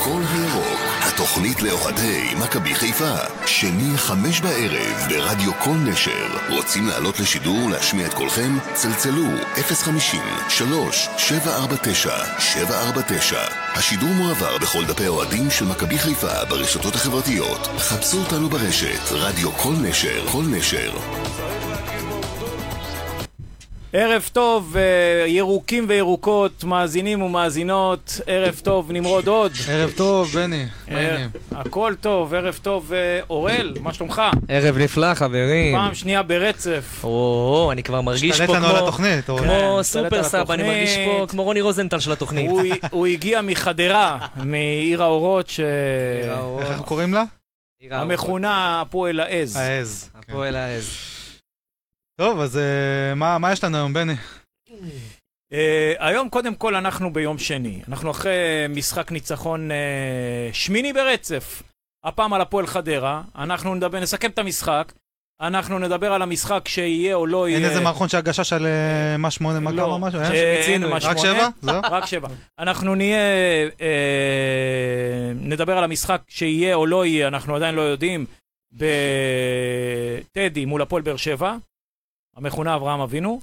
הכל הירוק, התוכנית לאוהדי מכבי חיפה, שני 5 בערב ברדיו כל נשר. רוצים לעלות לשידור ולהשמיע את קולכם? צלצלו 050-3749-749. השידור מועבר בכל דפי האוהדים של מכבי חיפה ברשתות החברתיות. חפשו אותנו ברשת רדיו כל נשר, כל נשר. ערב טוב, ירוקים וירוקות, מאזינים ומאזינות, ערב טוב, נמרוד עוד. ערב טוב, בני. הכל טוב, ערב טוב, אורל, מה שלומך? ערב נפלא, חברים. פעם שנייה ברצף. אני כבר מרגיש פה כמו סופר סאב, אני מרגיש פה כמו רוני רוזנטל של התוכנית. הוא הגיע מחדרה, מעיר האורות איך אנחנו קוראים לה? המכונה הפועל העז. הפועל העז. טוב, אז מה יש לנו היום, בני? היום קודם כל אנחנו ביום שני. אנחנו אחרי משחק ניצחון שמיני ברצף. הפעם על הפועל חדרה. אנחנו נסכם את המשחק. אנחנו נדבר על המשחק שיהיה או לא יהיה. אין איזה מערכון שהגשה של מה 8, מה כמה משהו? רק 7? רק 7. אנחנו נדבר על המשחק שיהיה או לא יהיה, אנחנו עדיין לא יודעים, בטדי מול הפועל באר שבע. המכונה אברהם אבינו,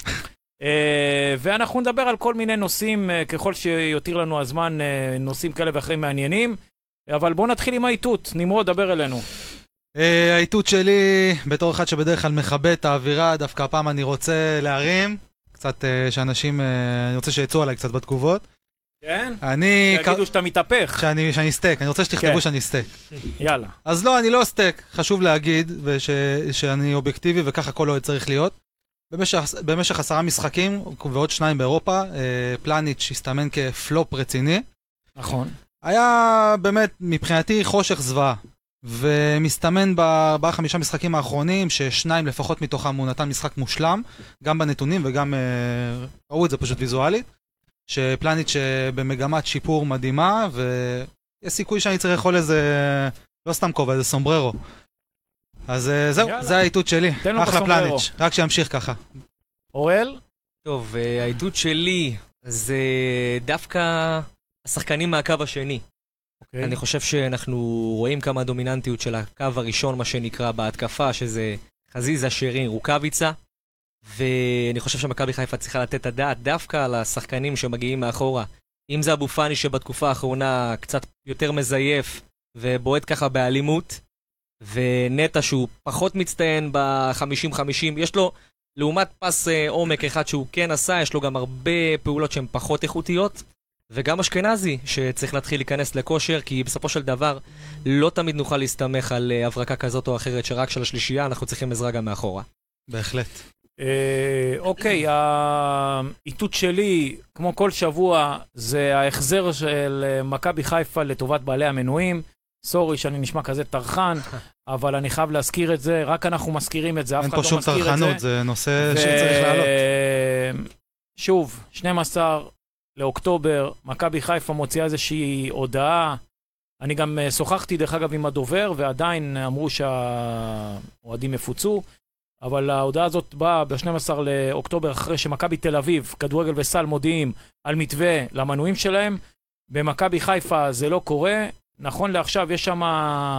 ואנחנו נדבר על כל מיני נושאים, ככל שיותיר לנו הזמן, נושאים כאלה ואחרים מעניינים, אבל בואו נתחיל עם האיתות. נמרוד, דבר אלינו. האיתות שלי, בתור אחד שבדרך כלל מכבד את האווירה, דווקא הפעם אני רוצה להרים, קצת שאנשים, אני רוצה שיצאו עליי קצת בתגובות. כן? שיגידו שאתה מתהפך. שאני סטייק, אני רוצה שתכתבו שאני סטייק. יאללה. אז לא, אני לא סטייק, חשוב להגיד, שאני אובייקטיבי וככה כל עוד צריך להיות. במשך 10 משחקים ועוד 2 באירופה, פלניץ' הסתמן כפלופ רציני. נכון. היה באמת מבחינתי חושך זוועה, ומסתמן ב5 משחקים האחרונים, ש2 לפחות מתוכם הוא נתן משחק מושלם, גם בנתונים וגם ראו את זה פשוט ויזואלית, שפלניץ' במגמת שיפור מדהימה, ויש סיכוי שאני צריך לאכול איזה, לא סתם כובע, איזה סומבררו. אז זהו, זה האיתות שלי. אחלה פלניץ', רק שימשיך ככה. אורל? טוב, האיתות שלי זה דווקא השחקנים מהקו השני. אני חושב שאנחנו רואים כמה דומיננטיות של הקו הראשון, מה שנקרא בהתקפה, שזה חזיזה, שרי, רוקביצה, ואני חושב שמכבי חיפה צריכה לתת הדעת דווקא על השחקנים שמגיעים מאחורה. אם זה אבו פאני שבתקופה האחרונה קצת יותר מזייף ובועט ככה באלימות, ונטה שהוא פחות מצטיין ב-50-50, יש לו לעומת פס עומק אחד שהוא כן עשה, יש לו גם הרבה פעולות שהן פחות איכותיות, וגם אשכנזי שצריך להתחיל להיכנס לכושר, כי בסופו של דבר לא תמיד נוכל להסתמך על הברקה כזאת או אחרת שרק של השלישייה, אנחנו צריכים עזרה גם מאחורה. בהחלט. אוקיי, האיתות שלי, כמו כל שבוע, זה ההחזר של מכבי חיפה לטובת בעלי המנויים. סורי שאני נשמע כזה תרחן, אבל אני חייב להזכיר את זה, רק אנחנו מזכירים את זה, אף אחד לא מזכיר את זה. אין פה שום תרחנות, זה נושא שצריך לעלות. שוב, 12 לאוקטובר, מכבי חיפה מוציאה איזושהי הודעה, אני גם שוחחתי דרך אגב עם הדובר, ועדיין אמרו שהאוהדים יפוצו, אבל ההודעה הזאת באה ב-12 לאוקטובר, אחרי שמכבי תל אביב, כדורגל וסל מודיעים על מתווה למנויים שלהם, במכבי חיפה זה לא קורה, נכון לעכשיו יש שם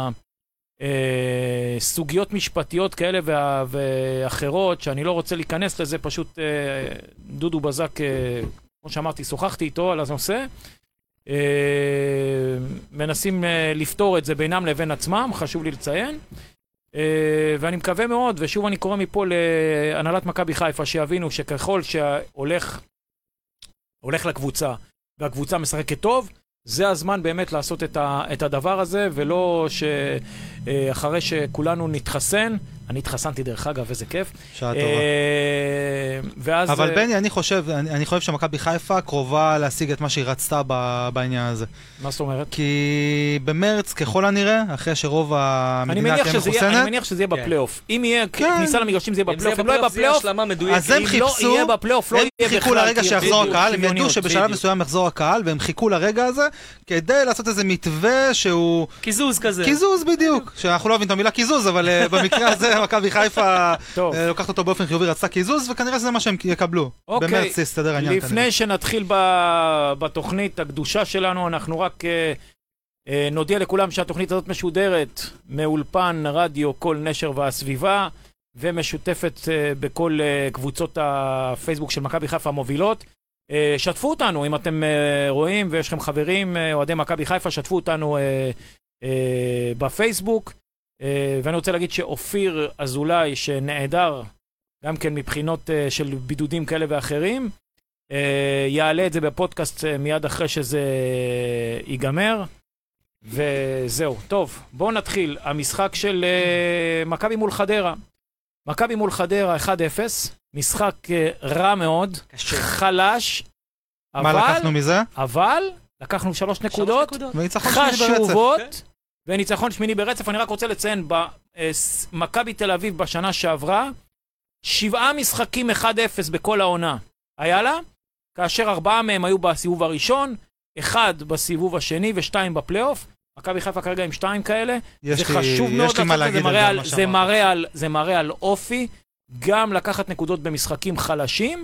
סוגיות משפטיות כאלה ואחרות, שאני לא רוצה להיכנס לזה, פשוט דודו בזק, כמו שאמרתי, שוחחתי איתו על הנושא, מנסים לפתור את זה בינם לבין עצמם, חשוב לי לציין, ואני מקווה מאוד, ושוב אני קורא מפה להנהלת מכבי חיפה, שיבינו שככל שהולך לקבוצה, והקבוצה משחקת טוב, זה הזמן באמת לעשות את הדבר הזה, ולא שאחרי שכולנו נתחסן, אני התחסנתי דרך אגב, איזה כיף. שעה טובה. אבל בני, אני חושב שמכבי חיפה קרובה להשיג את מה שהיא רצתה בעניין הזה. מה זאת אומרת? כי במרץ, ככל הנראה, אחרי שרוב המדינה תהיה מחוסנת... אני מניח שזה יהיה בפלייאוף. אם יהיה כניסה למגרשים, זה יהיה בפלייאוף. אם לא יהיה בפלייאוף, אז הם חיפשו, הם חיכו לרגע שיחזור הקהל, הם ידעו שבשלב מסוים יחזור הקהל, והם חיכו לרגע הזה, כדי לעשות איזה מתווה שהוא... קיזוז כזה. קיזוז בדיוק. שאנחנו לא אוהבים את המילה קיזוז, אבל במקרה הזה מכבי חיפה לוקחת אותו באופן חיובי, רצתה קיזוז, וכנראה זה מה שהם יקבלו. במרץ יסתדר העניין. לפני שנתחיל בתוכנית הקדושה שלנו, אנחנו רק נודיע לכולם שהתוכנית הזאת משודרת מאולפן רדיו כל נשר והסביבה, ומשותפת בכל קבוצות הפייסבוק של מכבי חיפה המובילות. שתפו אותנו, אם אתם רואים ויש לכם חברים, אוהדי מכבי חיפה, שתפו אותנו בפייסבוק. ואני רוצה להגיד שאופיר אזולאי, שנעדר גם כן מבחינות של בידודים כאלה ואחרים, יעלה את זה בפודקאסט מיד אחרי שזה ייגמר. וזהו, טוב, בואו נתחיל. המשחק של מכבי מול חדרה. מכבי מול חדרה 1-0, משחק רע מאוד, חלש, מה לקחנו מזה? אבל לקחנו 3 נקודות חשובות, וניצחון שמיני ברצף. אני רק רוצה לציין, במכבי תל אביב בשנה שעברה, 7 משחקים 1-0 בכל העונה היה לה, כאשר 4 מהם היו בסיבוב הראשון, 1 בסיבוב השני ו2 בפלייאוף. מכבי חיפה כרגע עם 2 כאלה. זה חשוב מאוד, זה מראה על אופי, גם לקחת נקודות במשחקים חלשים,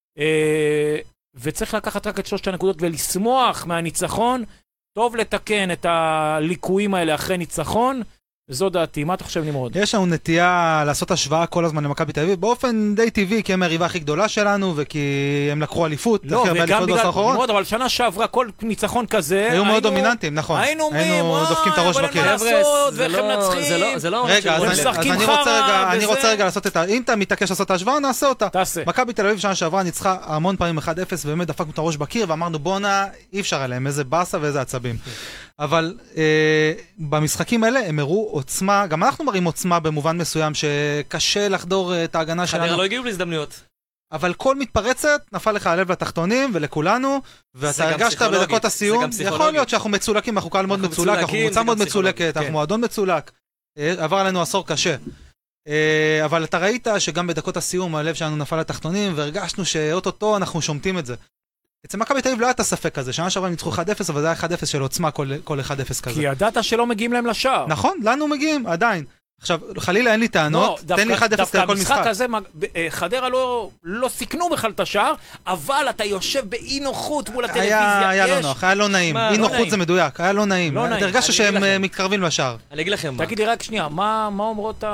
וצריך לקחת רק את 3 הנקודות ולשמוח מהניצחון. טוב לתקן את הליקויים האלה אחרי ניצחון, וזו דעתי. מה אתה חושב, נמרוד? יש לנו נטייה לעשות השוואה כל הזמן למכבי תל אביב, באופן די טבעי, כי הם היריבה הכי גדולה שלנו, וכי הם לקחו אליפות. לא, וגם בגלל, נמרוד, אבל שנה שעברה כל ניצחון כזה, היו מאוד דומיננטיים, נכון. היינו דופקים את הראש בקיר. ואיך הם נצחים. רגע, אז אני רוצה רגע לעשות את אם אתה מתעקש לעשות את ההשוואה, נעשה אותה. מכבי תל אביב שנה שעברה ניצחה המון פעמים 1-0, ובאמת דפקנו את הראש בקיר, ואמרנו בונה, אי אפשר עליהם, איזה באסה ואיזה עצבים. אבל במשחקים האלה הם הראו עוצמה, גם אנחנו מראים עוצמה במובן מסוים שקשה לחדור את ההגנה שלנו. חדרה לא הגיעו להזדמנויות. אבל כל מתפרצת נפל לך הלב לתחתונים ולכולנו, ואתה הרגשת בדקות הסיום, יכול להיות שאנחנו מצולקים, אנחנו קהל מאוד מצולק, אנחנו קבוצה מאוד מצולקת, אנחנו מועדון מצולק, עבר עלינו עשור קשה. אבל אתה ראית שגם בדקות הסיום הלב שלנו נפל לתחתונים, והרגשנו שאוטוטו אנחנו שומטים את זה. אצל מכבי תל אביב לא היה את הספק הזה, שנה שעברה ניצחו 1-0, אבל זה היה 1-0 של עוצמה כל 1-0 כזה. כי ידעת שלא מגיעים להם לשער. נכון, לנו מגיעים, עדיין. עכשיו, חלילה אין לי טענות, תן לי 1-0 לכל משחק. דווקא המשחק הזה, חדרה לא סיכנו בכלל את השער, אבל אתה יושב באי נוחות מול הטלוויזיה. היה לא נוח, היה לא נעים. אי נוחות זה מדויק, היה לא נעים. הרגשת שהם מתקרבים לשער. אני אגיד לכם מה. תגיד לי רק שנייה, מה אומרות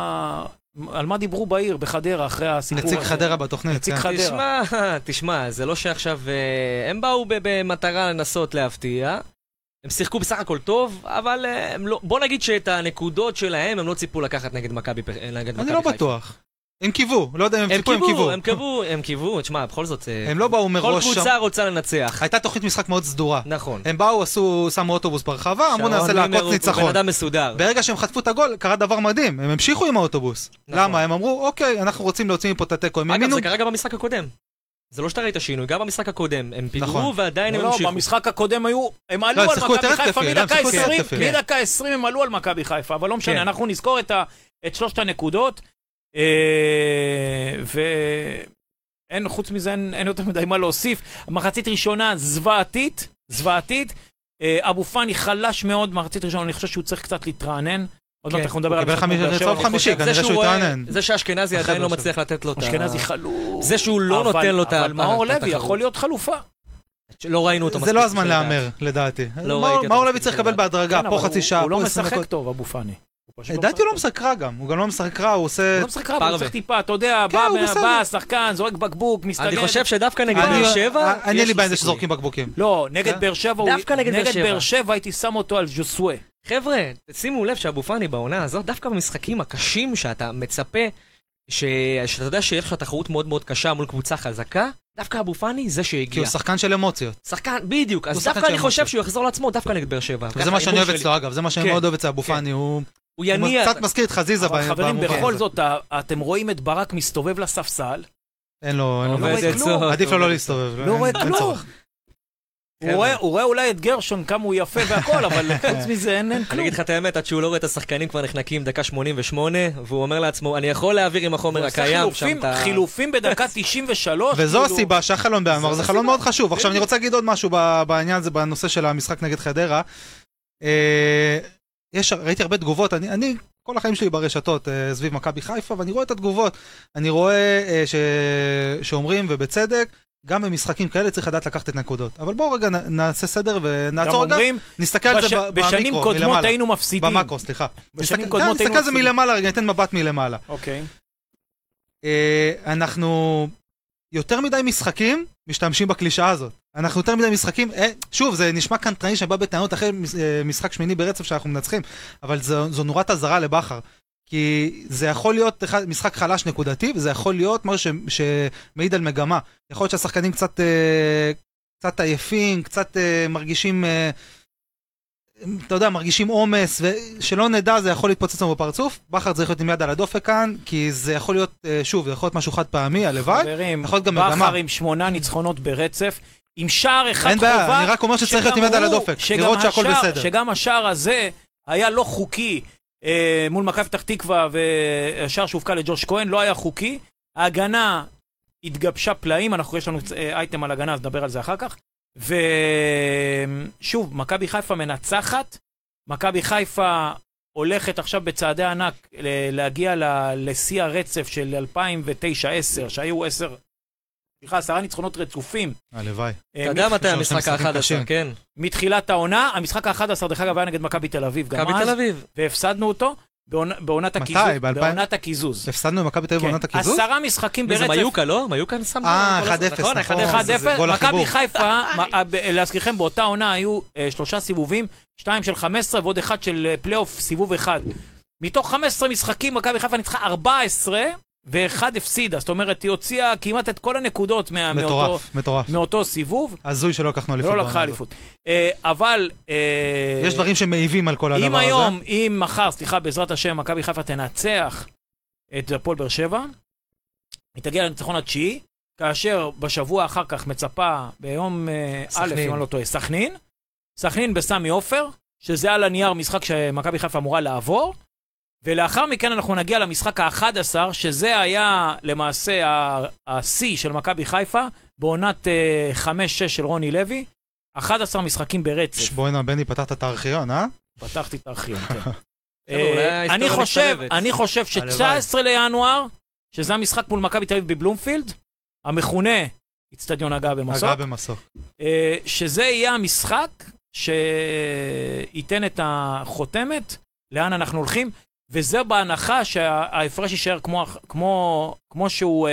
על מה דיברו בעיר בחדרה אחרי הסיפור? נציג חדרה בתוכנית. נציג חדרה. תשמע, זה לא שעכשיו הם באו במטרה לנסות להפתיע. הם שיחקו בסך הכל טוב, אבל בוא נגיד שאת הנקודות שלהם הם לא ציפו לקחת נגד מכבי חיפה. אני לא בטוח. הם קיוו, לא יודע אם הם ציפו, הם קיוו, תשמע, בכל זאת, הם לא באו מראש, כל קבוצה רוצה לנצח. הייתה תוכנית משחק מאוד סדורה. נכון. הם באו, שמו אוטובוס ברחבה, אמרו נעשה להקות ניצחון. בן אדם מסודר. ברגע שהם חטפו את הגול, קרה דבר מדהים, הם המשיכו עם האוטובוס. למה? הם אמרו, אוקיי, אנחנו רוצים להוציא מפה את התיקו. אגב, זה קרה גם במשחק הקודם. זה לא שאתה ראית שינוי, גם במשחק הקודם, הם פיגרו ועדיין הם המשיכו. לא, במשחק הקודם הם עלו על מכבי חיפה, מדקה 20 הם עלו על מכבי חיפה, אבל לא משנה, אנחנו נזכור את 3 הנקודות, ואין, חוץ מזה אין יותר מדי מה להוסיף. מחצית ראשונה זוועתית, אבו פאני חלש מאוד, מחצית ראשונה, אני חושב שהוא צריך קצת להתרענן, עוד מעט אנחנו נדבר על חמישי, כנראה שהוא יתרענן. זה שאשכנזי עדיין לא מצליח לתת לו את ה... אשכנזי חלוף. זה שהוא לא נותן לו את ה... אבל מאור לוי יכול להיות חלופה. לא ראינו אותו מספיק. זה לא הזמן להאמר, לדעתי. מאור לוי צריך לקבל בהדרגה, פה חצי שעה, הוא לא משחק טוב, אבו פאני. לדעתי הוא לא משחק רע גם, הוא גם לא משחק רע, הוא עושה... הוא לא משחק רע, הוא צריך טיפה, אתה יודע, בא, שחקן, זורק בקבוק, מסתגן. אני חושב שדווקא נגד באר שבע... אני לי בעיה שזורקים בקבוקים. לא, נגד באר שבע הייתי שם אותו על ג'וסווה. חבר'ה, שימו לב שאבו פאני בעונה הזאת, דווקא במשחקים הקשים שאתה מצפה, שאתה יודע שיש לך תחרות מאוד מאוד קשה מול קבוצה חזקה, דווקא אבו פאני זה שהגיע. כי הוא שחקן של אמוציות. שחקן, בדיוק. אז דווקא אני חושב שהוא יחזור לעצמו דווקא נגד באר שבע. וזה מה שאני אוהב אצלו, אגב. זה מה שאני מאוד אוהב אצל אבו פאני. הוא קצת מזכיר את חזיזה. אבל חברים, בכל זאת, אתם רואים את ברק מסתובב לספסל. אין לו כלום. עדיף לו לא להסתובב. לא רואה כלום. הוא רואה אולי את גרשון כמה הוא יפה והכל, אבל חוץ מזה אין כלום. אני אגיד לך את האמת, עד שהוא לא רואה את השחקנים כבר נחנקים דקה 88, והוא אומר לעצמו, אני יכול להעביר עם החומר הקיים. חילופים בדקה 93. וזו הסיבה שהחלון באמר, זה חלון מאוד חשוב. עכשיו אני רוצה להגיד עוד משהו בעניין הזה, בנושא של המשחק נגד חדרה. ראיתי הרבה תגובות, אני כל החיים שלי ברשתות סביב מכבי חיפה, ואני רואה את התגובות. אני רואה שאומרים, ובצדק, גם במשחקים כאלה צריך לדעת לקחת את נקודות. אבל בואו רגע נעשה סדר ונעצור רגע, נסתכל על זה במיקרו, בשנים קודמות היינו מפסידים. במקרו, סליחה. בשנים קודמות היינו נסתכל על זה מלמעלה רגע, ניתן מבט מלמעלה. אוקיי. אנחנו יותר מדי משחקים משתמשים בקלישאה הזאת. אנחנו יותר מדי משחקים, שוב, זה נשמע קנטרני שבא בטענות אחרי משחק שמיני ברצף שאנחנו מנצחים, אבל זו נורת הזרה לבחר. כי זה יכול להיות משחק חלש נקודתי, וזה יכול להיות משהו שמעיד על מגמה. יכול להיות שהשחקנים קצת עייפים, קצת מרגישים, אתה יודע, מרגישים עומס, ושלא נדע, זה יכול להתפוצץ לנו בפרצוף. בכר צריך להיות עם יד על הדופק כאן, כי זה יכול להיות, שוב, זה יכול להיות משהו חד פעמי, הלוואי. חברים, בכר עם 8 ניצחונות ברצף, עם שער אחד חובה. אין בעיה, אני רק אומר שצריך להיות עם יד על הדופק, לראות שהכל בסדר. שגם השער הזה היה לא חוקי, מול מכבי פתח תקווה, והשער שהופקע לג'וש כהן לא היה חוקי. ההגנה התגבשה פלאים, יש לנו אייטם על הגנה, אז נדבר על זה אחר כך. ושוב, מכבי חיפה מנצחת, מכבי חיפה הולכת עכשיו בצעדי ענק להגיע לשיא הרצף של 2009-10, שהיו 10 ניצחונות רצופים. הלוואי. אתה יודע מתי המשחק ה-11, כן? מתחילת העונה, המשחק ה-11 דרך אגב היה נגד מכבי תל אביב גם אז, והפסדנו אותו בעונת הקיזוז. מתי? בעונת הקיזוז. הפסדנו במכבי תל אביב בעונת הקיזוז? 10 משחקים ברצף. זה מיוקה, לא? מיוקה נסם. 1-0, נכון. 1-0, מכבי חיפה, להזכירכם, באותה עונה היו 3 סיבובים, 2 של 15 ועוד 1 של פלייאוף, סיבוב 1. מתוך 15 משחקים, מכבי חיפה ניצחה 14, ואחד הפסידה, זאת אומרת, היא הוציאה כמעט את כל הנקודות מאותו סיבוב. הזוי שלא לקחנו אליפות. לא לקחה אליפות. אבל... יש דברים שמעיבים על כל הדבר הזה. אם היום, אם מחר, סליחה, בעזרת השם, מכבי חיפה תנצח את הפועל באר שבע, היא תגיע לניצחון התשיעי, כאשר בשבוע אחר כך מצפה ביום א', אם אני לא טועה, סכנין בסמי עופר, שזה על הנייר משחק שמכבי חיפה אמורה לעבור, ולאחר מכן אנחנו נגיע למשחק ה-11, שזה היה למעשה ה-C של מכבי חיפה, בעונת 5-6 של רוני לוי, 11 משחקים ברצף. בואי בני, פתחת את הארכיון, אה? פתחתי את הארכיון, כן. אני חושב ש-19 לינואר, שזה המשחק מול מכבי תל אביב בבלומפילד, המכונה אצטדיון הגעה במסוק, שזה יהיה המשחק שייתן את החותמת, לאן אנחנו הולכים, וזה בהנחה שההפרש יישאר כמו שהוא,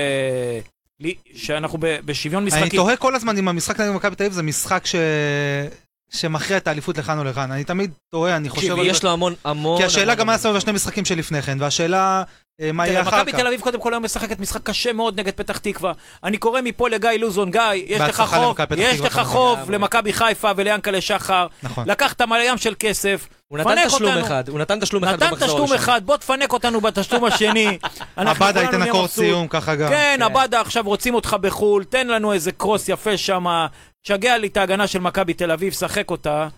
שאנחנו בשוויון משחקים. אני תוהה כל הזמן אם המשחק נגד מכבי תל אביב זה משחק שמכריע את האליפות לכאן או לכאן. אני תמיד תוהה, אני חושב... יש לו המון... כי השאלה גם היה סביב השני משחקים שלפני כן, והשאלה מה יהיה אחר כך. מכבי תל אביב קודם כל היום משחקת משחק קשה מאוד נגד פתח תקווה. אני קורא מפה לגיא לוזון, גיא, יש לך חוב למכבי חיפה וליענקל'ה שחר. לקחת ים של כסף. הוא נתן תשלום אחד, בוא תפנק אותנו בתשלום השני. הבאדה ייתן אקורד סיום ככה גם. כן, הבאדה עכשיו רוצים אותך בחול, תן לנו איזה קרוס יפה שם, שגע לי את ההגנה של מכבי תל אביב, שחק אותה,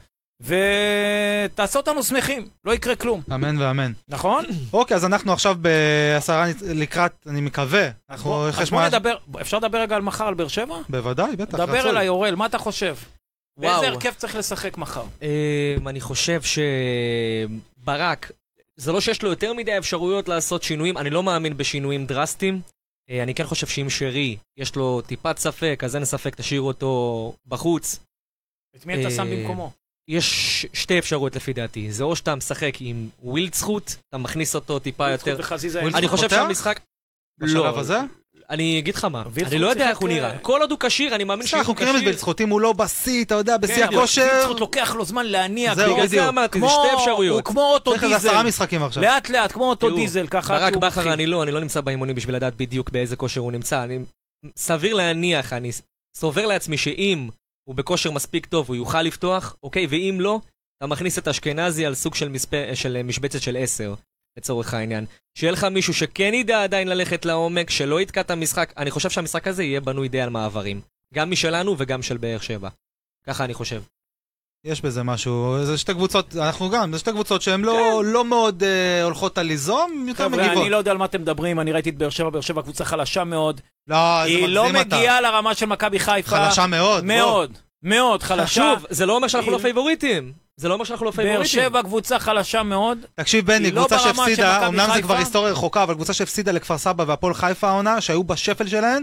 ותעשה אותנו שמחים, לא יקרה כלום. אמן ואמן. נכון? אוקיי, אז אנחנו עכשיו בעשרה לקראת, אני מקווה. אפשר לדבר רגע על מחר על באר שבע? בוודאי, בטח. דבר אליי, אורל, מה אתה חושב? באיזה הרכב צריך לשחק מחר? אני חושב שברק, זה לא שיש לו יותר מדי אפשרויות לעשות שינויים, אני לא מאמין בשינויים דרסטיים. אני כן חושב שאם שרי יש לו טיפת ספק, אז אין ספק, תשאיר אותו בחוץ. את מי אתה שם במקומו? יש שתי אפשרויות לפי דעתי. זה או שאתה משחק עם ווילדסחוט, אתה מכניס אותו טיפה יותר... אני חושב שהמשחק... בשלב הזה? אני אגיד לך מה, אני לא יודע איך הוא נראה. כל עוד הוא קשיר, אני מאמין שהוא קשיר. אנחנו קוראים את וילדסחוט, אם הוא לא בשיא, אתה יודע, בשיא הכושר... וילדסחוט לוקח לו זמן להניע. בגלל זה אמרתי, זה שתי אפשרויות. הוא כמו אוטו דיזל. צריך 10 משחקים עכשיו. לאט לאט, כמו אוטו דיזל, ככה... ברק בכר, אני לא נמצא באימונים בשביל לדעת בדיוק באיזה כושר הוא נמצא. אני סביר להניח, אני סובר לעצמי שאם הוא בכושר מספיק טוב, הוא יוכל לפתוח, אוקיי, ואם לא, אתה מכניס את אשכנזי על סוג של משבצת של 10. לצורך העניין. שיהיה לך מישהו שכן ידע עדיין ללכת לעומק, שלא יתקע את המשחק. אני חושב שהמשחק הזה יהיה בנוי די על מעברים. גם משלנו וגם של באר שבע. ככה אני חושב. יש בזה משהו, זה שתי קבוצות, אנחנו גם, זה שתי קבוצות שהן לא מאוד הולכות על ליזום, יותר מגיבות. אני לא יודע על מה אתם מדברים, אני ראיתי את באר שבע קבוצה חלשה מאוד. לא, היא לא מגיעה לרמה של מכבי חיפה. חלשה מאוד. מאוד, מאוד חלשה. שוב, זה לא אומר שאנחנו לא פייבוריטים. זה לא אומר שאנחנו לא פייבוריטים. באר שבע קבוצה חלשה מאוד. תקשיב בני, קבוצה שהפסידה, אמנם זה כבר היסטוריה רחוקה, אבל קבוצה שהפסידה לכפר סבא והפועל חיפה העונה, שהיו בשפל שלהן,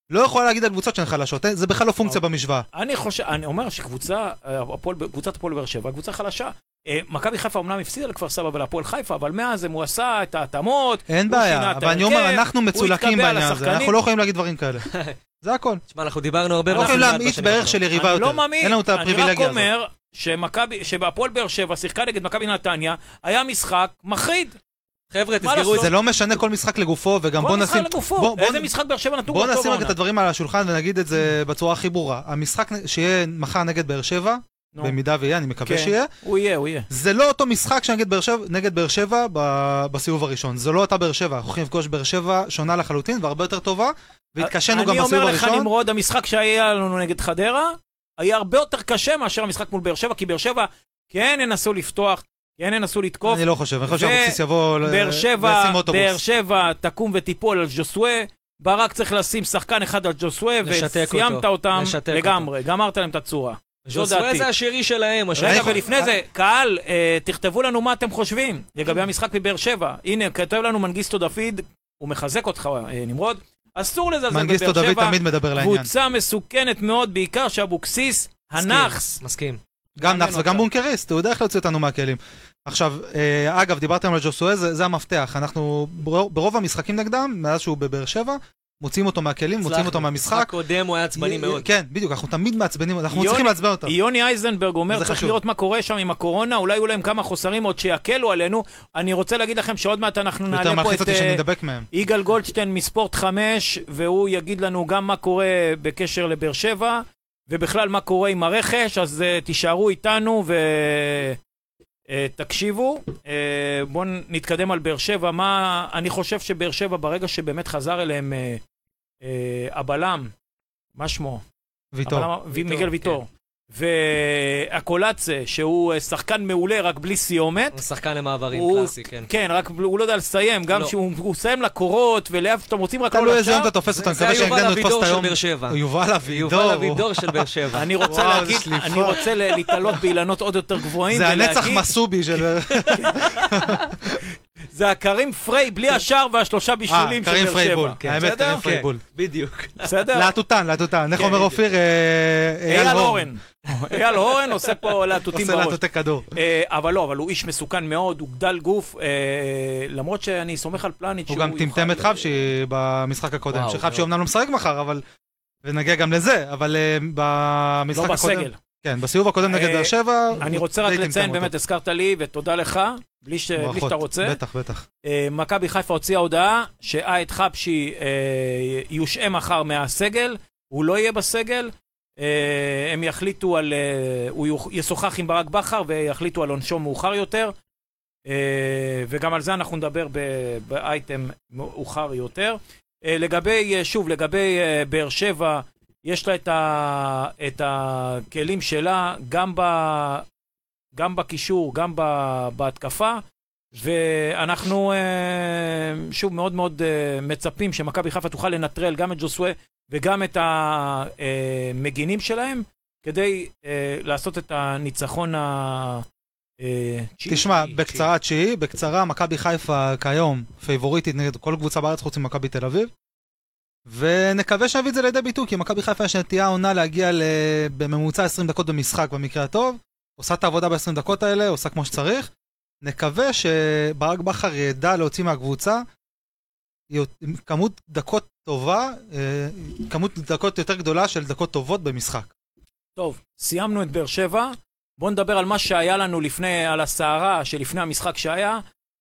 לא יכולה להגיד על קבוצות שהן חלשות, זה בכלל לא פונקציה במשוואה. אני אומר שקבוצת הפועל באר שבע, קבוצה חלשה. מכבי חיפה אמנם הפסידה לכפר סבא ולהפועל חיפה, אבל מאז הוא עשה את ההתאמות. אין בעיה, אבל אני אומר, אנחנו מצולקים בעניין הזה, אנחנו לא יכולים להגיד דברים כאלה. זה הכל. תשמע, אנחנו דיברנו הרבה... לא יכולים להמעיט בערך של יריבה יותר. אני לא מאמין, אין לנו את הפריבילגיה הזאת. אני רק אומר שבהפועל באר שבע שיחקה נגד מכבי נתניה, היה משחק מחריד. חבר'ה, תסגרו... זה לא משנה כל משחק לגופו, וגם בוא נשים... איזה משחק באר שבע נתנו בוא נשים רק את הדברים על השולחן ונגיד את זה בצורה הכי ברורה. המשחק שיהיה מחר נגד באר שבע, במידה ויהיה, אני מקווה שיהיה. הוא יהיה. זה לא אותו משחק נגד באר שבע בסיבוב הראשון. זה לא אותה באר שבע. אנחנו יכולים לפגוש באר שבע שונה לחלוטין והרבה יותר טובה, והתקשנו גם בסיבוב הראשון. אני אומר לך נמרוד, המשחק שהיה לנו נגד חדרה, היה הרבה יותר קשה מאשר המשחק מול באר שבע, כי באר שבע כן ינסו לפתוח, כן ינסו לתקוף. אני לא חושב, אני חושב שהבוקסיס יבוא לשים אוטובוס. באר שבע תקום ותיפול על ג'וסווה, ברק צריך לשים שחקן אחד על ג'וסווה, וסיימת אותם לגמרי, גמרת להם את הצורה. ג'וסווה זה השרי שלהם. רגע, ולפני זה, קהל, תכתבו לנו מה אתם חושבים לגבי המשחק בבאר שבע. הנה, כתב לנו מנגיסטו דוד, הוא מחזק אותך, נמרוד. אסור לזלזל בבאר שבע. מנגיסטו דוד תמיד מדבר לעניין. קבוצה מסוכנת מאוד, בעיקר שאבוקסיס, הנאחס. מסכים. גם נאחס וגם בונקריסט, הוא יודע איך להוציא אותנו מהכלים. עכשיו, אגב, דיברתם על ג'וסווה, זה המפתח. אנחנו ברוב המשחקים נגדם, מאז שהוא בבאר שבע, מוציאים אותו מהכלים, מוציאים אותו מהמשחק. הקודם הוא היה עצבני מאוד. כן, בדיוק, אנחנו תמיד מעצבנים, אנחנו צריכים לעצבן אותו. יוני אייזנברג אומר, צריך לראות מה קורה שם עם הקורונה, אולי יהיו להם כמה חוסרים עוד שיקלו עלינו. אני רוצה להגיד לכם שעוד מעט אנחנו נעלה פה את יגאל גולדשטיין מספורט 5, והוא יגיד לנו גם מה קורה בקשר לבאר שבע, ובכלל מה קורה עם הרכש, אז תישארו איתנו ותקשיבו. בואו נתקדם על באר שבע. אני חושב שבאר שבע ברגע שבאמת חזר אליהם הבלם, מה שמו? מיגל ויטור. והקולצה, שהוא שחקן מעולה רק בלי סיומת. הוא שחקן למעברים, קלאסי, כן. כן, רק הוא לא יודע לסיים, גם שהוא סיים לקורות, ולאף שאתם רוצים רק לא לשם. תלוי איזה יום אתה תופס אותם, זה יובל אבידור של באר שבע. יובל אבידור של באר שבע. אני רוצה להגיד, אני רוצה להתעלות באילנות עוד יותר גבוהים. זה הנצח מסובי של... זה הקרים פריי, בלי השאר והשלושה בישולים של באר שבע. האמת, קרים פריי בול. בדיוק. בסדר? להטוטן. איך אומר אופיר? אייל הורן עושה פה להטוטים בראש. עושה להטוטי כדור. אבל לא, אבל הוא איש מסוכן מאוד, הוא גדל גוף, למרות שאני סומך על פלניץ' הוא גם טמטם את חבשי במשחק הקודם, שחבשי אמנם לא משחק מחר, אבל... ונגיע גם לזה, אבל במשחק הקודם... בסגל. כן, בסיבוב הקודם נגד באר שבע... אני רוצה רק לציין, באמת הזכרת לי, ותודה לך, בלי שאתה רוצה. בטח. מכבי חיפה הוציאה הודעה, שהאית חבשי יושעה מחר מהסגל, הוא לא יהיה בסגל, הם יחליטו על... הוא ישוחח עם ברק בכר, ויחליטו על עונשו מאוחר יותר, וגם על זה אנחנו נדבר באייטם מאוחר יותר. לגבי באר שבע, יש לה את הכלים שלה, גם בקישור, גם בהתקפה, ואנחנו שוב מאוד מאוד מצפים שמכבי חיפה תוכל לנטרל גם את ג'וסווה וגם את המגינים שלהם, כדי לעשות את הניצחון תשמע, בקצרה, מכבי חיפה כיום פייבוריטית נגד כל קבוצה בארץ חוץ ממכבי תל אביב, ונקווה שנביא את זה לידי ביטוי, כי מכבי חיפה יש נטייה עונה להגיע בממוצע 20 דקות במשחק במקרה הטוב, עושה את העבודה ב-20 דקות האלה, עושה כמו שצריך. נקווה שברק בכר ידע להוציא מהקבוצה כמות דקות טובה, כמות דקות יותר גדולה של דקות טובות במשחק. טוב, סיימנו את באר שבע, בואו נדבר על מה שהיה לנו על הסערה שלפני המשחק שהיה,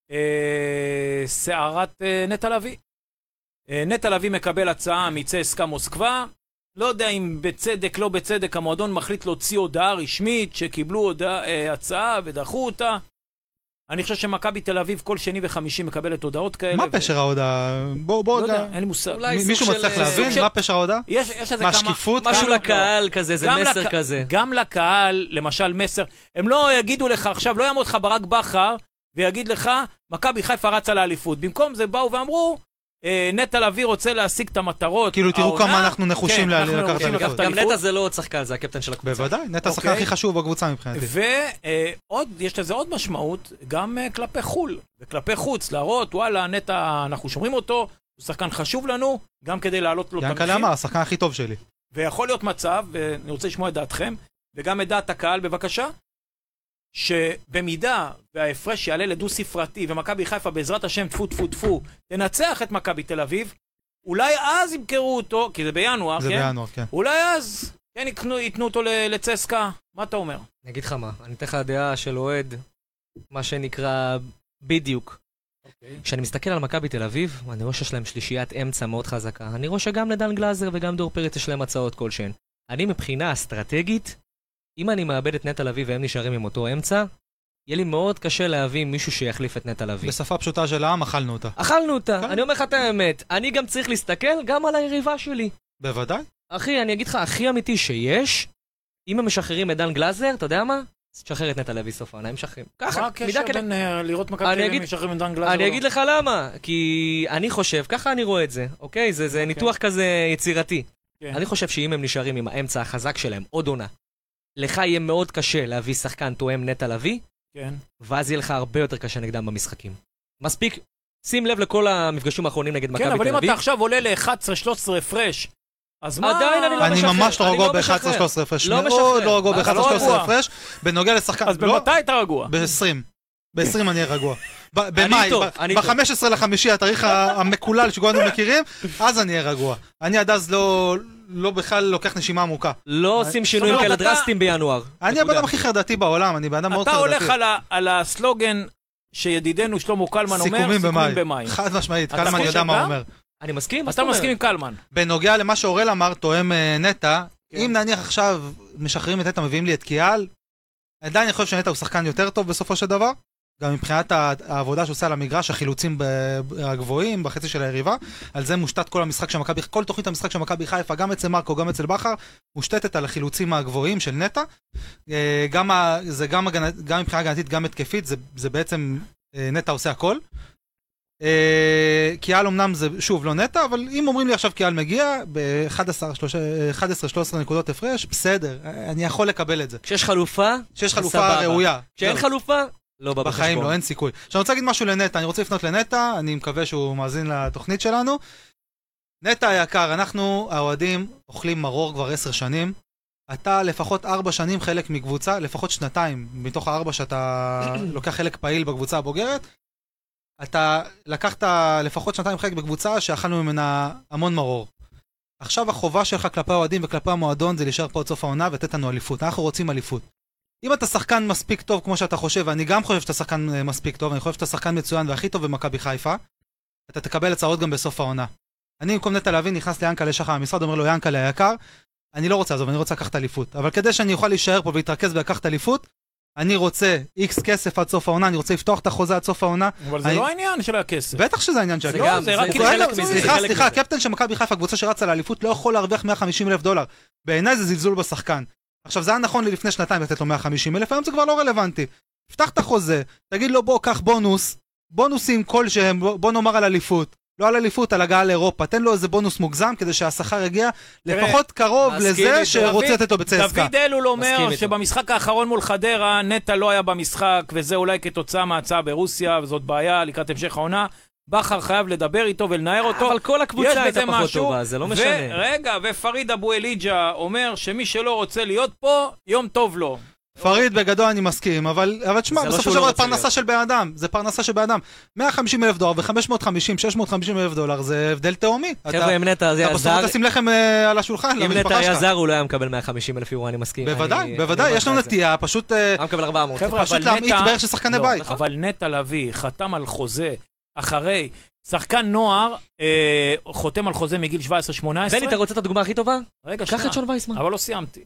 סערת נטע לביא. נטע לביא מקבל הצעה מצסקה מוסקבה, לא יודע אם בצדק, לא בצדק, המועדון מחליט להוציא הודעה רשמית שקיבלו הצעה ודחו אותה. אני חושב שמכבי תל אביב כל שני וחמישי מקבלת הודעות כאלה. מה פשר ההודעה? לא יודע, אין לי מושג. מישהו מצליח להבין מה פשר ההודעה? מה שקיפות? משהו לקהל כזה, זה מסר כזה. גם לקהל, למשל מסר, הם לא יגידו לך עכשיו, לא יעמוד לך ברק בכר ויגיד לך, מכבי חיפה רצה לאליפות. במקום זה באו ואמרו, נטע לביא רוצה להשיג את המטרות. כאילו תראו כמה אנחנו נחושים לקחת אליפות. גם נטע זה לא עוד שחקן, זה הקפטן של הקבוצה. בוודאי, נטע השחקן הכי חשוב בקבוצה מבחינתי. ויש לזה עוד משמעות, גם כלפי חול וכלפי חוץ, להראות, וואלה, נטע, אנחנו שומרים אותו, הוא שחקן חשוב לנו, גם כדי לעלות לו את המחיר. ינקלה אמר, השחקן הכי טוב שלי. ויכול להיות מצב, ואני רוצה לשמוע את דעתכם, וגם את דעת הקהל בבקשה, שבמידה וההפרש יעלה לדו ספרתי, ומכבי חיפה בעזרת השם טפו טפו טפו, תנצח את מכבי תל אביב, אולי אז ימכרו אותו, כי זה בינואר, זה כן? בינואר, כן. אולי אז, כן, ייתנו אותו לצסקה. מה אתה אומר? אני אגיד לך מה, אני אתן לך דעה של אוהד, מה שנקרא בדיוק. כשאני מסתכל על מכבי תל אביב, אני רואה שיש להם שלישיית אמצע מאוד חזקה. אני רואה שגם לדן גלאזר וגם דור פרץ יש להם הצעות כלשהן. אני מבחינה אסטרטגית, אם אני מאבד את נטע לביא והם נשארים עם אותו אמצע, יהיה לי מאוד קשה להביא מישהו שיחליף את נטע לביא. בשפה פשוטה של העם, אכלנו אותה. אכלנו אותה, אני אומר לך את האמת. אני גם צריך להסתכל גם על היריבה שלי. בוודאי. אחי, אני אגיד לך, הכי אמיתי שיש, אם הם משחררים את דן גלאזר, אתה יודע מה? תשחרר את נטע לביא סוף העונה, הם משחררים. ככה, מה הקשר בין לראות מכבי תל אביב משחררים את דן גלאזר? אני אגיד לך למה, כי אני חושב, ככה אני רואה את זה, אוקיי? זה ניתוח כזה יצירתי. אני חושב שאם הם נשארים עם האמצע החזק שלהם, עוד עונה, לך יהיה מאוד קשה להביא שחקן תואם נטע לביא, ואז יהיה לך הרבה יותר קשה נגדם במשחקים. מספיק, שים לב לכל המפגשים האחרונים נגד מכבי תל אביב. כן, אבל אם אתה עכשיו עולה ל-11-13 הפרש, אז מה? עדיין אני לא משחרר. אני ממש לא רגוע ב-11-13 הפרש. מאוד לא רגוע ב-11-13 הפרש. בנוגע לשחקן... אז במתי אתה רגוע? ב-20. ב-20 אני אהיה רגוע. במאי, ב-15 לחמישי, התאריך המקולל שכולנו מכירים, אז אני אהיה רגוע. אני עד אז לא בכלל לוקח נשימה עמוקה. לא עושים שינויים כאלה דרסטיים בינואר. אני הבן הכי חרדתי בעולם, אני בן מאוד חרדתי. אתה הולך על הסלוגן שידידנו שלמה קלמן אומר, סיכומים במאי. חד משמעית, קלמן יודע מה הוא אומר. אני מסכים? אתה מסכים עם קלמן. בנוגע למה שאורל אמר, תואם נטע, אם נניח עכשיו משחררים את נטע, מביאים לי את קיאל, עדיין אני חושב שנטע הוא שחקן יותר טוב בסופו של דבר, גם מבחינת העבודה שעושה על המגרש, החילוצים הגבוהים בחצי של היריבה, על זה מושתת כל המשחק של מכבי, כל תוכנית המשחק של מכבי חיפה, גם אצל מרקו, גם אצל בכר, מושתתת על החילוצים הגבוהים של נטע, גם מבחינה הגנתית, גם התקפית, זה בעצם נטע עושה הכל. קיאל אמנם זה שוב לא נטע, אבל אם אומרים לי עכשיו קיאל מגיע ב-11-13 נקודות הפרש, בסדר, אני יכול לקבל את זה. כשיש חלופה, כשיש חלופה ראויה. כשאין חלופה, לא בא בחיים לא, אין סיכוי. עכשיו אני רוצה להגיד משהו לנטע, אני רוצה לפנות לנטע, אני מקווה שהוא מאזין לתוכנית שלנו. נטע היקר, אנחנו האוהדים אוכלים מרור כבר 10 שנים, אתה לפחות 4 שנים חלק מקבוצה, לפחות 2 מתוך 4 שאתה לוקח חלק פעיל בקבוצה הבוגרת, אתה לקחת לפחות 2 חלק בקבוצה שאכלנו ממנה המון מרור. עכשיו החובה שלך כלפי האוהדים וכלפי המועדון זה להישאר פה עד סוף העונה ותת לנו אליפות. אנחנו רוצים אליפות. אם אתה שחקן מספיק טוב כמו שאתה חושב, ואני גם חושב שאתה שחקן מספיק טוב, אני חושב שאתה שחקן מצוין והכי טוב במכבי חיפה, אתה תקבל הצעות גם בסוף העונה. אני במקום נטע לביא נכנס ליאנקלה שחר המשרד, אומר לו יאנקלה היקר, אני לא רוצה לעזוב, אני רוצה לקחת אליפות. אבל כדי שאני אוכל להישאר פה ולהתרכז ולקחת אליפות, אני רוצה X כסף עד סוף העונה, אני רוצה לפתוח את החוזה עד סוף העונה. אבל זה לא העניין של הכסף. בטח שזה העניין של הכסף. זה רק חלק מזה. סליחה, הקפטן של מכבי חיפה, קבוצה שרצה לאליפות, לא יכול להרוויח $150,000. בעיניי זה זלזול בשחקן. עכשיו זה היה נכון לי לפני 2 לתת לו 150,000, היום זה כבר לא רלוונטי. פתח את החוזה, תגיד לו בוא, קח בונוסים כלשהם, בוא נאמר על אליפות. לא על אליפות, על הגעה לאירופה. תן לו איזה בונוס מוגזם כדי שהשכר יגיע לפחות קרוב לזה שרוצה לתת לו בצסקה. דוד אלול אומר שבמשחק האחרון מול חדרה, נטע לא היה במשחק, וזה אולי כתוצאה מההצעה ברוסיה, וזאת בעיה לקראת המשך העונה. בכר חייב לדבר איתו ולנער אותו. אבל כל הקבוצה הייתה פחות טובה, זה לא משנה. רגע, ופריד אבו אליג'ה אומר שמי שלא רוצה להיות פה, יום טוב לו. פריד בגדול אני מסכים, אבל תשמע, בסופו של דבר זה פרנסה של בן אדם, זה פרנסה של בן אדם. $150,000 ו$550,000-$650,000 זה הבדל תאומי. חבר'ה, אם נטע היה זר, אתה בסוף תשים לחם על השולחן, אם נטע היה זר הוא לא היה מקבל $150,000, אני מסכים. בוודאי, יש לנו נטייה, פשוט מקבל 400. פשוט להמעיט בערך של שחקני בית. אבל נטע לביא חתם על חוזה אחרי שחקן נוער, חותם על חוזה מגיל 17-18. בני, אתה רוצה את הדוגמה הכי טובה? רגע, קח את שון וייסמן. אבל לא סיימתי.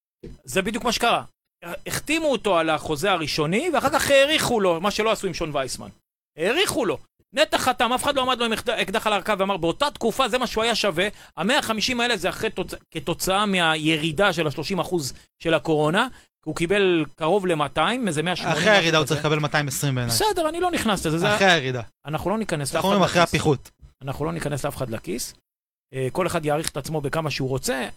זה בדיוק מה שקרה. החתימו אותו על החוזה הראשוני, ואחר כך העריכו לו, מה שלא עשו עם שון וייסמן. העריכו לו. נטע חתם, אף אחד לא עמד לו עם אקדח על הרקע ואמר, באותה תקופה זה מה שהוא היה שווה, ה-150 האלה זה כתוצאה מהירידה של ה-30% של הקורונה, הוא קיבל קרוב ל-200, איזה 180. אחרי הירידה הוא צריך לקבל 220 בעיניי. בסדר, אני לא נכנס לזה. אחרי הירידה. אנחנו לא ניכנס לאף אחד לכיס. אחרי הפיחות. אנחנו לא ניכנס לאף אחד לכיס. כל אחד יעריך את עצמו בכמה שהוא רוצה.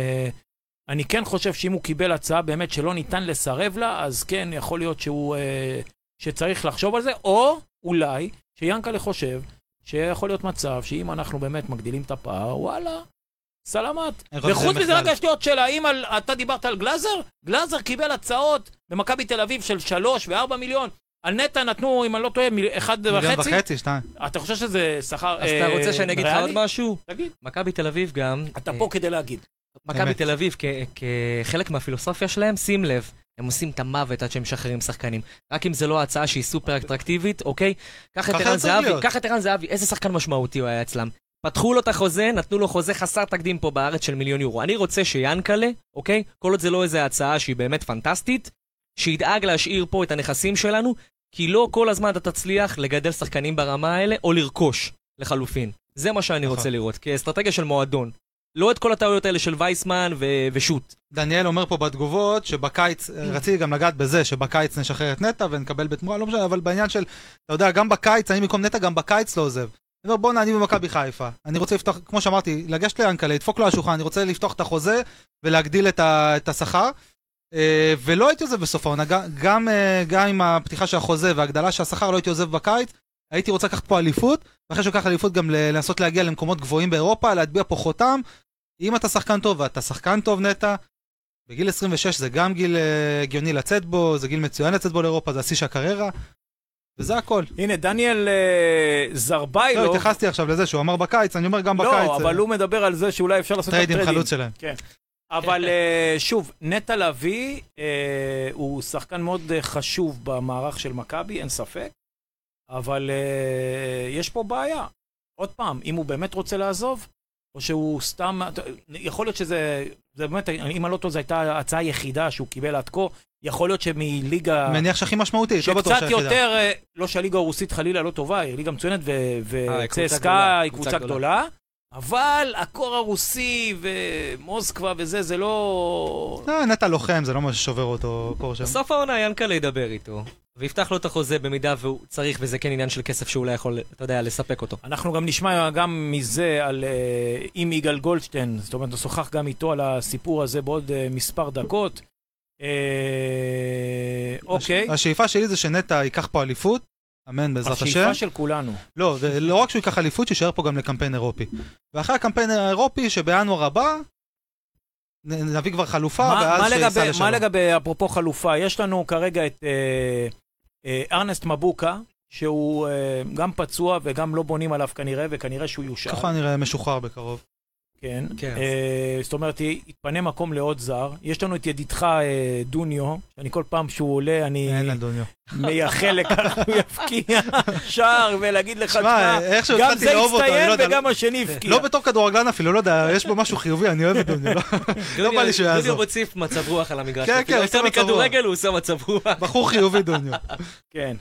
אני כן חושב שאם הוא קיבל הצעה באמת שלא ניתן לסרב לה, אז כן, יכול להיות שצריך לחשוב על זה, או אולי שיאנקלה חושב שיכול להיות מצב שאם אנחנו באמת מגדילים את הפער, וואלה, סלמת. וחוץ מזה רגע יש לי עוד שאלה, אם אתה דיברת על גלאזר, גלאזר קיבל הצעות במכבי תל אביב של 3 ו4 מיליון, על נטע נתנו, אם אני לא טועה, 1.5 מיליון, 2. אתה חושב שזה שכר אז אתה רוצה שאני אגיד לך עוד משהו? תגיד. מכבי תל אביב גם... אתה פה כדי להגיד. מכבי תל אביב, כחלק מהפילוסופיה שלהם, שים לב, הם עושים את המוות עד שהם משחררים שחקנים. רק אם זה לא הצעה שהיא סופר אטרקטיבית, אוקיי? קח את ערן זהבי, איזה שחקן משמעותי הוא היה אצלם. פתחו לו את החוזה, נתנו לו חוזה חסר תקדים פה בארץ של 1,000,000 יורו. אני רוצה שיאנקלה, אוקיי? כל עוד זה לא איזו הצעה שהיא באמת פנטסטית, שידאג להשאיר פה את הנכסים שלנו, כי לא כל הזמן אתה תצליח לגדל שחקנים ברמה האלה, או לרכוש לחלופין. זה מה שאני רוצה לראות, כאסטרטגיה של מועדון. לא את כל הטעויות האלה של וייסמן ושוט. דניאל אומר פה בתגובות שבקיץ, רציתי גם לגעת בזה, שבקיץ נשחרר את נטע ונקבל בתמורה, לא משנה, אבל בעניין של, אתה יודע, גם בקיץ, אני במקום נטע, גם בקיץ לא עוזב. אני אומר, בוא נעני במכבי חיפה. אני רוצה לפתוח, כמו שאמרתי, לגשת ליאנקלה, לדפוק לו על השולחן, אני רוצה לפתוח את החוזה ולהגדיל את השכר. ולא הייתי עוזב בסוף העונה, גם עם הפתיחה של החוזה והגדלה של השכר, לא הייתי עוזב בקיץ. הייתי רוצה לקחת פה אליפות, ואחרי שלקח אליפות גם לנסות להגיע למקומות גבוהים באירופה, להטביע פה חותם. אם אתה שחקן טוב, ואתה שחקן טוב נטע, בגיל 26 זה גם גיל הגיוני לצאת בו, זה גיל מצוין לצאת בו לאירופה, זה השיא של הקריירה, וזה הכל. הנה, דניאל זרביילו... לא, התייחסתי עכשיו לזה שהוא אמר בקיץ, אני אומר גם בקיץ. לא, אבל הוא מדבר על זה שאולי אפשר לעשות טריידים. טריידים חלוץ שלהם. כן. אבל שוב, נטע לביא הוא שחקן מאוד חשוב במערך של מכבי, אין ספק, אבל יש פה בעיה. עוד פעם, אם הוא באמת רוצה לעזוב, או שהוא סתם, יכול להיות שזה באמת, אם לא טוב, זו הייתה ההצעה היחידה שהוא קיבל עד כה, יכול להיות שמליגה... מניח שהכי משמעותית, לא בטוח שהיחידה. שקצת יותר, לא שהליגה הרוסית חלילה לא טובה, היא ליגה מצוינת, וצסקה היא קבוצה גדולה, אבל הקור הרוסי ומוסקבה וזה, זה לא... נטע לוחם, זה לא מה ששובר אותו קור שם. בסוף העונה ינקלה ידבר איתו, ויפתח לו את החוזה במידה והוא צריך, וזה כן עניין של כסף שאולי יכול, אתה יודע, לספק אותו. אנחנו גם נשמע גם מזה על עם יגאל גולדשטיין, זאת אומרת, נשוחח גם איתו על הסיפור הזה בעוד מספר דקות. אוקיי. השאיפה שלי זה שנטע ייקח פה אליפות, אמן בעזרת השם. השאיפה של כולנו. לא, ולא רק שהוא ייקח אליפות, שישאר פה גם לקמפיין אירופי. ואחרי הקמפיין האירופי, שבינואר הבא, נביא כבר חלופה, ואז שיצא לשלום. מה לגבי, אפרופו חלופה? יש לנו כרגע את ארנסט מבוקה, שהוא גם פצוע וגם לא בונים עליו כנראה, וכנראה שהוא יושר. ככה נראה משוחרר בקרוב. כן. זאת אומרת, יתפנה מקום לעוד זר. יש לנו את ידידך דוניו, שאני כל פעם שהוא עולה, אני מייחל לכך הוא יפקיע שער, ולהגיד לך, גם זה יצטיין וגם השני יפקיע. לא בתור כדורגלן אפילו, לא יודע, יש בו משהו חיובי, אני אוהב את דוניו. לא בא לי שהוא יעזור. דוניו מוסיף מצב רוח על המגרש. כן, כן, יותר מכדורגל הוא עושה מצב רוח. בחור חיובי דוניו. כן.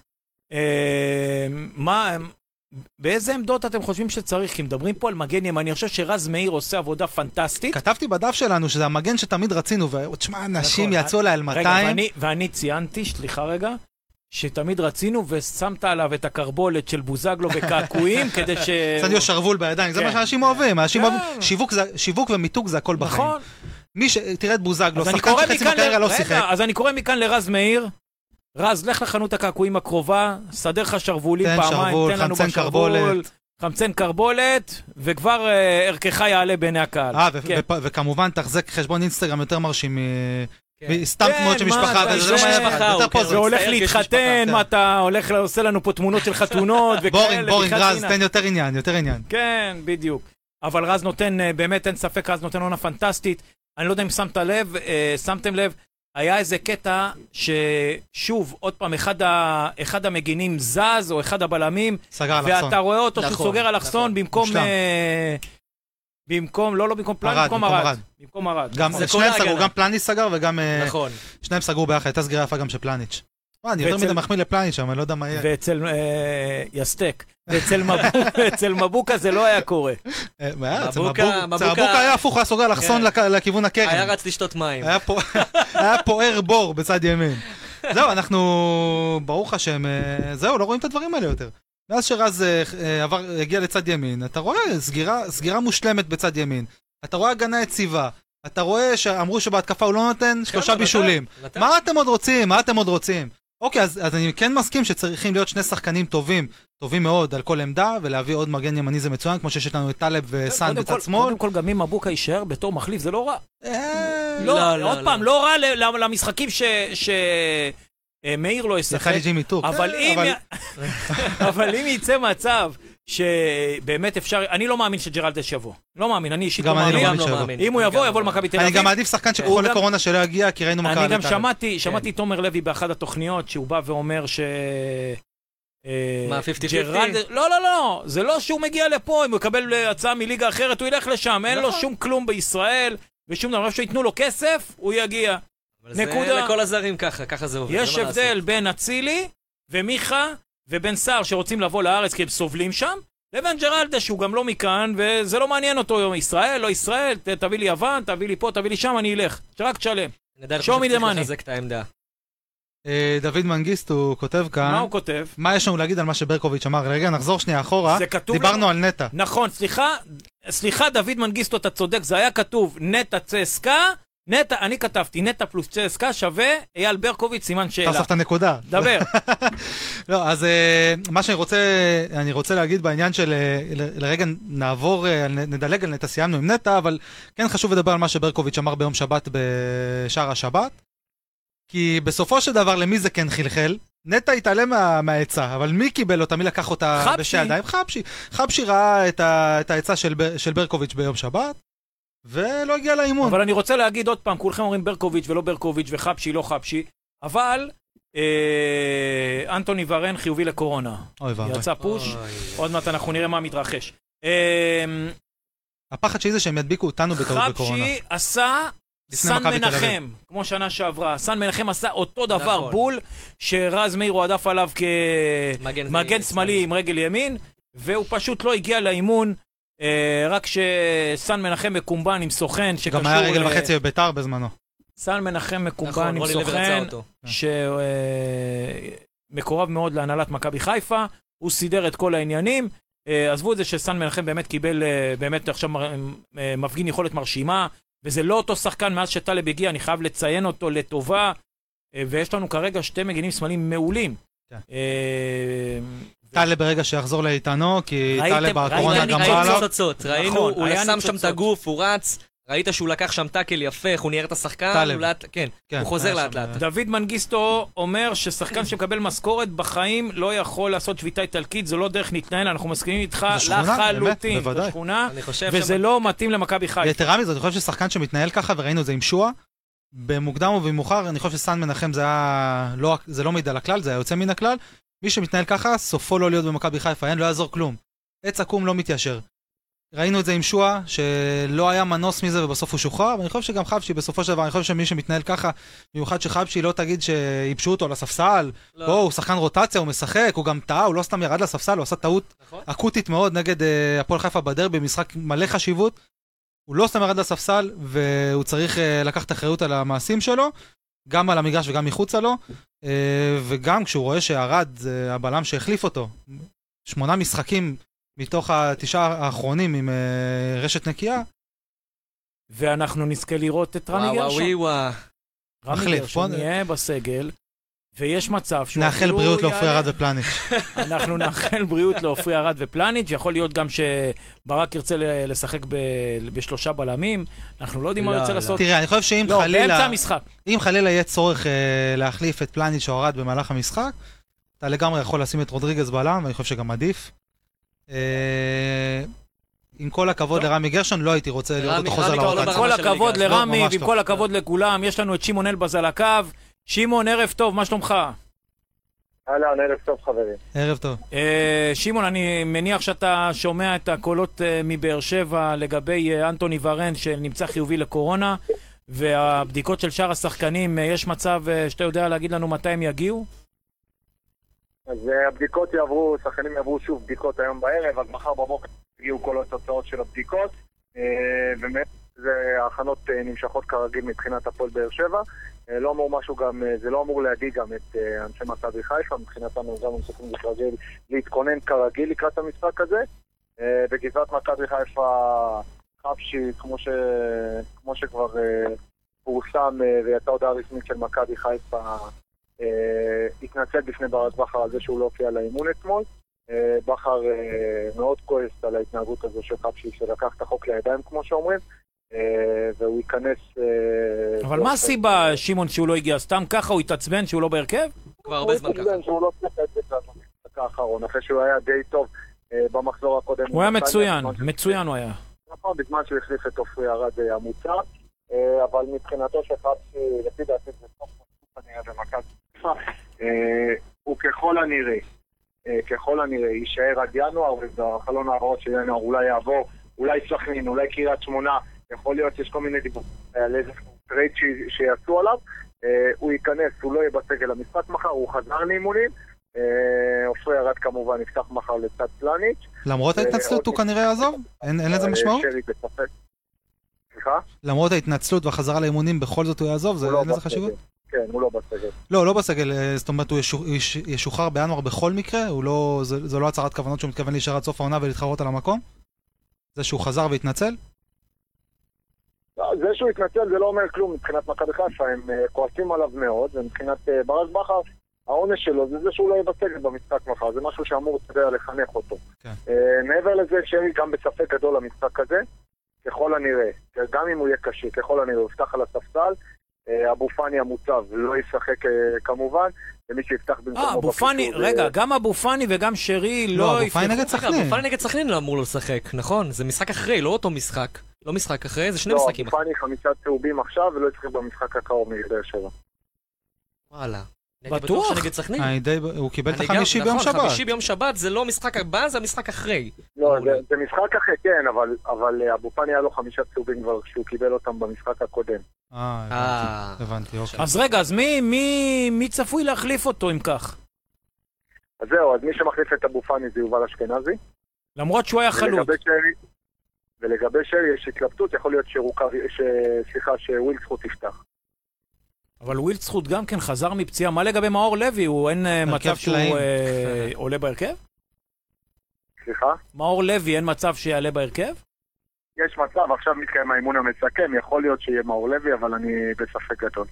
באיזה עמדות אתם חושבים שצריך? כי מדברים פה על מגן ימני, אני חושב שרז מאיר עושה עבודה פנטסטית. כתבתי בדף שלנו שזה המגן שתמיד רצינו, ותשמע, אנשים יצאו לה על 200. ואני ציינתי, סליחה רגע, שתמיד רצינו ושמת עליו את הקרבולת של בוזגלו וקעקועים, כדי ש... סניו שרוול בידיים, זה מה שאנשים אוהבים. שיווק ומיתוג זה הכל בחיים. נכון. מי שתראה את בוזגלו, שחקן שחצי בקריירה לא שיחק. אז אני קורא מכאן לרז מאיר, רז, לך לחנות הקעקועים הקרובה, סדר לך שרוולים פעמיים, תן לנו בשרוול, חמצן קרבולת, וכבר ערכך יעלה בעיני הקהל. וכמובן תחזק חשבון אינסטגרם יותר מרשים מסתם תמונות של משפחה. זה הולך להתחתן, מה אתה הולך עושה לנו פה תמונות של חתונות וכאלה. בורינג, רז, תן יותר עניין. כן, בדיוק. אבל רז נותן, באמת אין ספק, רז נותן עונה פנטסטית. אני לא יודע אם שמתם לב, היה איזה קטע ששוב, עוד פעם, אחד המגינים זז, או אחד הבלמים, ואתה רואה אותו שהוא סוגר על אחסון במקום, לא במקום פלניס, במקום ארד. שניהם סגרו, גם פלניס סגר וגם שניהם סגרו ביחד, הייתה סגירה יפה גם של פלניץ'. אני יותר מדי מחמיא לפלניץ' שם, אני לא יודע מה יהיה. ואצל יסטק, ואצל מבוקה זה לא היה קורה. אצל מבוקה היה הפוך, היה סוגר לחסון לכיוון הקרן. היה רץ לשתות מים. היה פוער בור בצד ימין. זהו, אנחנו, ברוך השם, זהו, לא רואים את הדברים האלה יותר. מאז שרז הגיע לצד ימין, אתה רואה סגירה מושלמת בצד ימין. אתה רואה הגנה יציבה. אתה רואה שאמרו שבהתקפה הוא לא נותן 3 בישולים. מה אתם עוד רוצים? אוקיי, אז אני כן מסכים שצריכים להיות 2 שחקנים טובים טובים מאוד על כל עמדה, ולהביא עוד מגן ימני זה מצוין, כמו שיש לנו את טלב וסן בצד שמאל. קודם כל, גם אם מבוקה יישאר בתור מחליף, זה לא רע. לא, עוד פעם, לא רע למשחקים שמאיר לא ישחק. יחד ג'ימי טורק. אבל אם יצא מצב שבאמת אפשר, אני לא מאמין שג'רלדש יבוא. לא מאמין, אני אישית לא מאמין. אם הוא יבוא למכבי תל אביב. אני גם מעדיף שחקן שכחול לקורונה שלא יגיע, כי ראינו מכבי תל אביב. אני גם שמעתי תומר לוי באחד התוכניות, שהוא בא ואומר ש... מה, 50-50? לא, זה לא שהוא מגיע לפה, אם הוא יקבל הצעה מליגה אחרת, הוא ילך לשם, אין לו שום כלום בישראל, ושום דבר, שיתנו לו כסף, הוא יגיע. נקודה. זה לכל הזרים ככה זה עובד. יש הבדל בין אצילי ומיכה ובין שר שרוצים לבוא לארץ כי הם סובלים שם, לבין ג'רלדש שהוא גם לא מכאן, וזה לא מעניין אותו, ישראל, לא ישראל, תביא לי יוון, תביא לי פה, תביא לי שם, אני אלך. שרק תשלם. show me the money. דוד מנגיסטו כותב כאן. מה הוא כותב? מה יש לנו להגיד על מה שברקוביץ' אמר? רגע, נחזור שנייה אחורה. דיברנו על נטה. נכון, סליחה, דוד מנגיסטו, אתה צודק, זה היה כתוב נטה צסקה, נטה, אני כתבתי, נטה פלוס צסקה שווה אייל ברקוביץ' סימן שאלה. תאסף את הנקודה. דבר. לא, אז מה שאני רוצה להגיד בעניין של, לרגע נדלג על נטה, סיימנו עם נטה, אבל כן חשוב לדבר על מה שברקוביץ' אמר ביום שבת בשער השבת. כי בסופו של דבר למי זה כן חלחל? נטה התעלם מהעצה, אבל מי קיבל אותה? מי לקח אותה בשתי ידיים? חבשי ראה את העצה של ברקוביץ' ביום שבת, ולא הגיע לאימון. אבל אני רוצה להגיד עוד פעם, כולכם אומרים ברקוביץ' ולא ברקוביץ' וחבשי לא חבשי, אבל אנטוני ורן חיובי לקורונה. יצא פוש, עוד מעט אנחנו נראה מה מתרחש. הפחד שלי זה שהם ידביקו אותנו בטעות בקורונה. חבשי עשה... סן מנחם, כמו שנה שעברה, סן מנחם עשה אותו דבר בול, שרז מאיר הוא עדף עליו כמגן שמאלי עם רגל ימין, והוא פשוט לא הגיע לאימון, רק שסן מנחם מקומבן עם סוכן שקשור... גם היה רגל וחצי בביתר בזמנו. סן מנחם מקומבן עם סוכן, שמקורב מאוד להנהלת מכבי חיפה, הוא סידר את כל העניינים, עזבו את זה שסן מנחם באמת קיבל, באמת עכשיו מפגין יכולת מרשימה, וזה לא אותו שחקן מאז שטלב הגיע, אני חייב לציין אותו לטובה, ויש לנו כרגע שתי מגנים שמאליים מעולים. טלב ברגע שיחזור לאיתנו, כי טלב בקורונה גם בא עליו. ראינו, הוא שם שם את הגוף, הוא רץ, ראית שהוא לקח שם טאקל יפה, הוא נראה את השחקן, הוא חוזר לאט לאט. דוד מנגיסטו אומר ששחקן שמקבל משכורת בחיים לא יכול לעשות שביתה איטלקית, זו לא דרך נתנהל, אנחנו מסכימים איתך לחלוטין, בשכונה, וזה לא מתאים למכבי חיפה. יתרה מזאת, אני חושב ששחקן שמתנהל ככה, וראינו את זה עם שואה, במוקדם ובמאוחר, אני חושב שסן מנחם זה לא מידע לכלל, זה היה יוצא מן הכלל, מי שמתנהל ככה, סופו לא להיות במכבי חיפה, אין, לא יעזור כלום. עץ עקום לא מתיישר. ראינו את זה עם שואה, שלא היה מנוס מזה ובסוף הוא שוחרר, ואני חושב שגם חבשי בסופו של דבר, אני חושב שמי שמתנהל ככה, במיוחד שחבשי לא תגיד שיבשו אותו לספסל, לא, הוא שחקן רוטציה, הוא משחק, הוא גם טעה, הוא לא סתם ירד לספסל, הוא עשה טעות אקוטית מאוד נגד הפועל חיפה בדרבי, במשחק מלא חשיבות, הוא לא סתם ירד לספסל, והוא צריך לקחת אחריות על המעשים שלו, גם על המגרש וגם מחוצה לו, וגם כשהוא רואה שהרד הבלם שהחליף אותו, 8 משחקים מתוך 9 האחרונים עם רשת נקייה. ואנחנו נזכה לראות את רמי גרשון. רמי גרשון יהיה בסגל, ויש מצב שהוא... נאחל בריאות לאופרי ארד ופלניץ'. אנחנו נאחל בריאות לאופרי ארד ופלניץ', יכול להיות גם שברק ירצה לשחק בשלושה בלמים, אנחנו לא יודעים מה ירצה לעשות. תראה, אני חושב שאם באמצע המשחק. אם חלילה יהיה צורך להחליף את פלניץ' או ארד במהלך המשחק, אתה לגמרי יכול לשים את רודריגז בלם, ואני חושב שגם עדיף. עם כל הכבוד לרמי גרשון, לא הייתי רוצה לראות אותו חוזר לרוטציה. עם כל הכבוד לרמי, ועם כל הכבוד לכולם, יש לנו את שמעון אלבז על הקו. שמעון, ערב טוב, מה שלומך? אהלן, ערב טוב חברים. ערב טוב. שמעון, אני מניח שאתה שומע את הקולות מבאר שבע לגבי אנטוני ורן שנמצא חיובי לקורונה, והבדיקות של שאר השחקנים, יש מצב שאתה יודע להגיד לנו מתי הם יגיעו? אז הבדיקות יעברו, שחקנים יעברו שוב בדיקות היום בערב, אז מחר בבוקר יגיעו כל התוצאות של הבדיקות, וההכנות נמשכות כרגיל מבחינת הפועל באר שבע. לא אמור משהו גם, זה לא אמור להגיד גם את אנשי מכבי חיפה, מבחינתנו גם ממשיכים להתכונן כרגיל לקראת המשחק הזה. בגזרת מכבי חיפה חבשי, כמו שכבר פורסם ויצא הודעה רשמית של מכבי חיפה, התנצל בפני ברק בכר על זה שהוא לא הופיע לאימון אתמול, בכר מאוד כועס על ההתנהגות הזו של חבשי, שלקח את החוק לידיים, כמו שאומרים, והוא ייכנס... אבל מה הסיבה, שמעון, שהוא לא הגיע? סתם ככה הוא התעצבן שהוא לא בהרכב? כבר הרבה זמן ככה. הוא התעצבן שהוא לא צריך את זה במשחק האחרון, אחרי שהוא היה די טוב במחזור הקודם. הוא היה מצוין, מצוין הוא היה. נכון, בזמן שהוא החליף את עופרי ארד המוצע, אבל מבחינתו של חבשי, לפי דעתי זה סוף כנראה במכבי חיפה, הוא ככל הנראה יישאר עד ינואר, ובחלון העברות של ינואר אולי יעבור, אולי סכנין, אולי קריית שמונה, יכול להיות שיש כל מיני דיבורים על איזה טרייד שיעשו עליו, הוא ייכנס, הוא לא יהיה בסגל המשחק מחר, הוא חזר לאימונים, עופרי ארד כמובן יפתח מחר לצד פלניץ'. למרות ההתנצלות הוא כנראה יעזוב? אין לזה משמעות? שרי בספק. סליחה? למרות ההתנצלות והחזרה לאימונים בכל זאת הוא יעזוב? אין לזה חשיבות? כן, הוא לא בסגל. לא בסגל, זאת אומרת הוא ישוחרר בינואר בכל מקרה? זו לא הצהרת כוונות שהוא מתכוון להישאר עד סוף העונה ולהתחרות על המקום? זה שהוא חזר והתנצל? זה שהוא התנצל זה לא אומר כלום מבחינת מכבי חיפה, הם כועסים עליו מאוד, ומבחינת ברק בכר, העונש שלו זה שהוא לא יהיה בסגל במשחק מחר, זה משהו שאמור לחנך אותו. מעבר לזה שרי גם בספק גדול למשחק הזה, ככל הנראה, גם אם הוא יהיה קשה, ככל הנראה הוא יפתח על הספסל, אבו פאני המוצב לא ישחק כמובן, ומי שיפתח במקומו... אבו פאני, רגע, גם אבו פאני וגם שרי לא אבו פאני נגד סכנין. אבו פאני נגד סכנין לא אמור לשחק, נכון? זה משחק אחרי, לא אותו משחק. לא משחק אחרי, זה שני משחקים אחרי. אבו פאני 5 צהובים עכשיו ולא ישחק במשחק הקרוב נגד באר שבע. וואלה. בטוח? נגד סכנין. הוא קיבל את החמישי ביום שבת. נכון, חמישי ביום שבת זה לא משחק הבא, זה המשחק אחרי. לא, זה משחק אחרי, כן, אבל אבו פאני היה לו 5 צהובים כבר כשהוא קיבל אותם במשחק הקודם. הבנתי, אוקיי. אז רגע, אז מי צפוי להחליף אותו אם כך? אז זהו, אז מי שמחליף את אבו פאני זה יובל אשכנזי. למרות שהוא היה חלוץ. ולגבי שרי יש התלבטות, יכול להיות שווילדסחוט יפתח. אבל ווילדסחוט גם כן חזר מפציעה. מה לגבי מאור לוי? אין מצב שהוא עולה בהרכב? סליחה? מאור לוי אין מצב שיעלה בהרכב? יש מצב, עכשיו מתקיים האימון המסכם, יכול להיות שיהיה מאור לוי, אבל אני בספק גדול.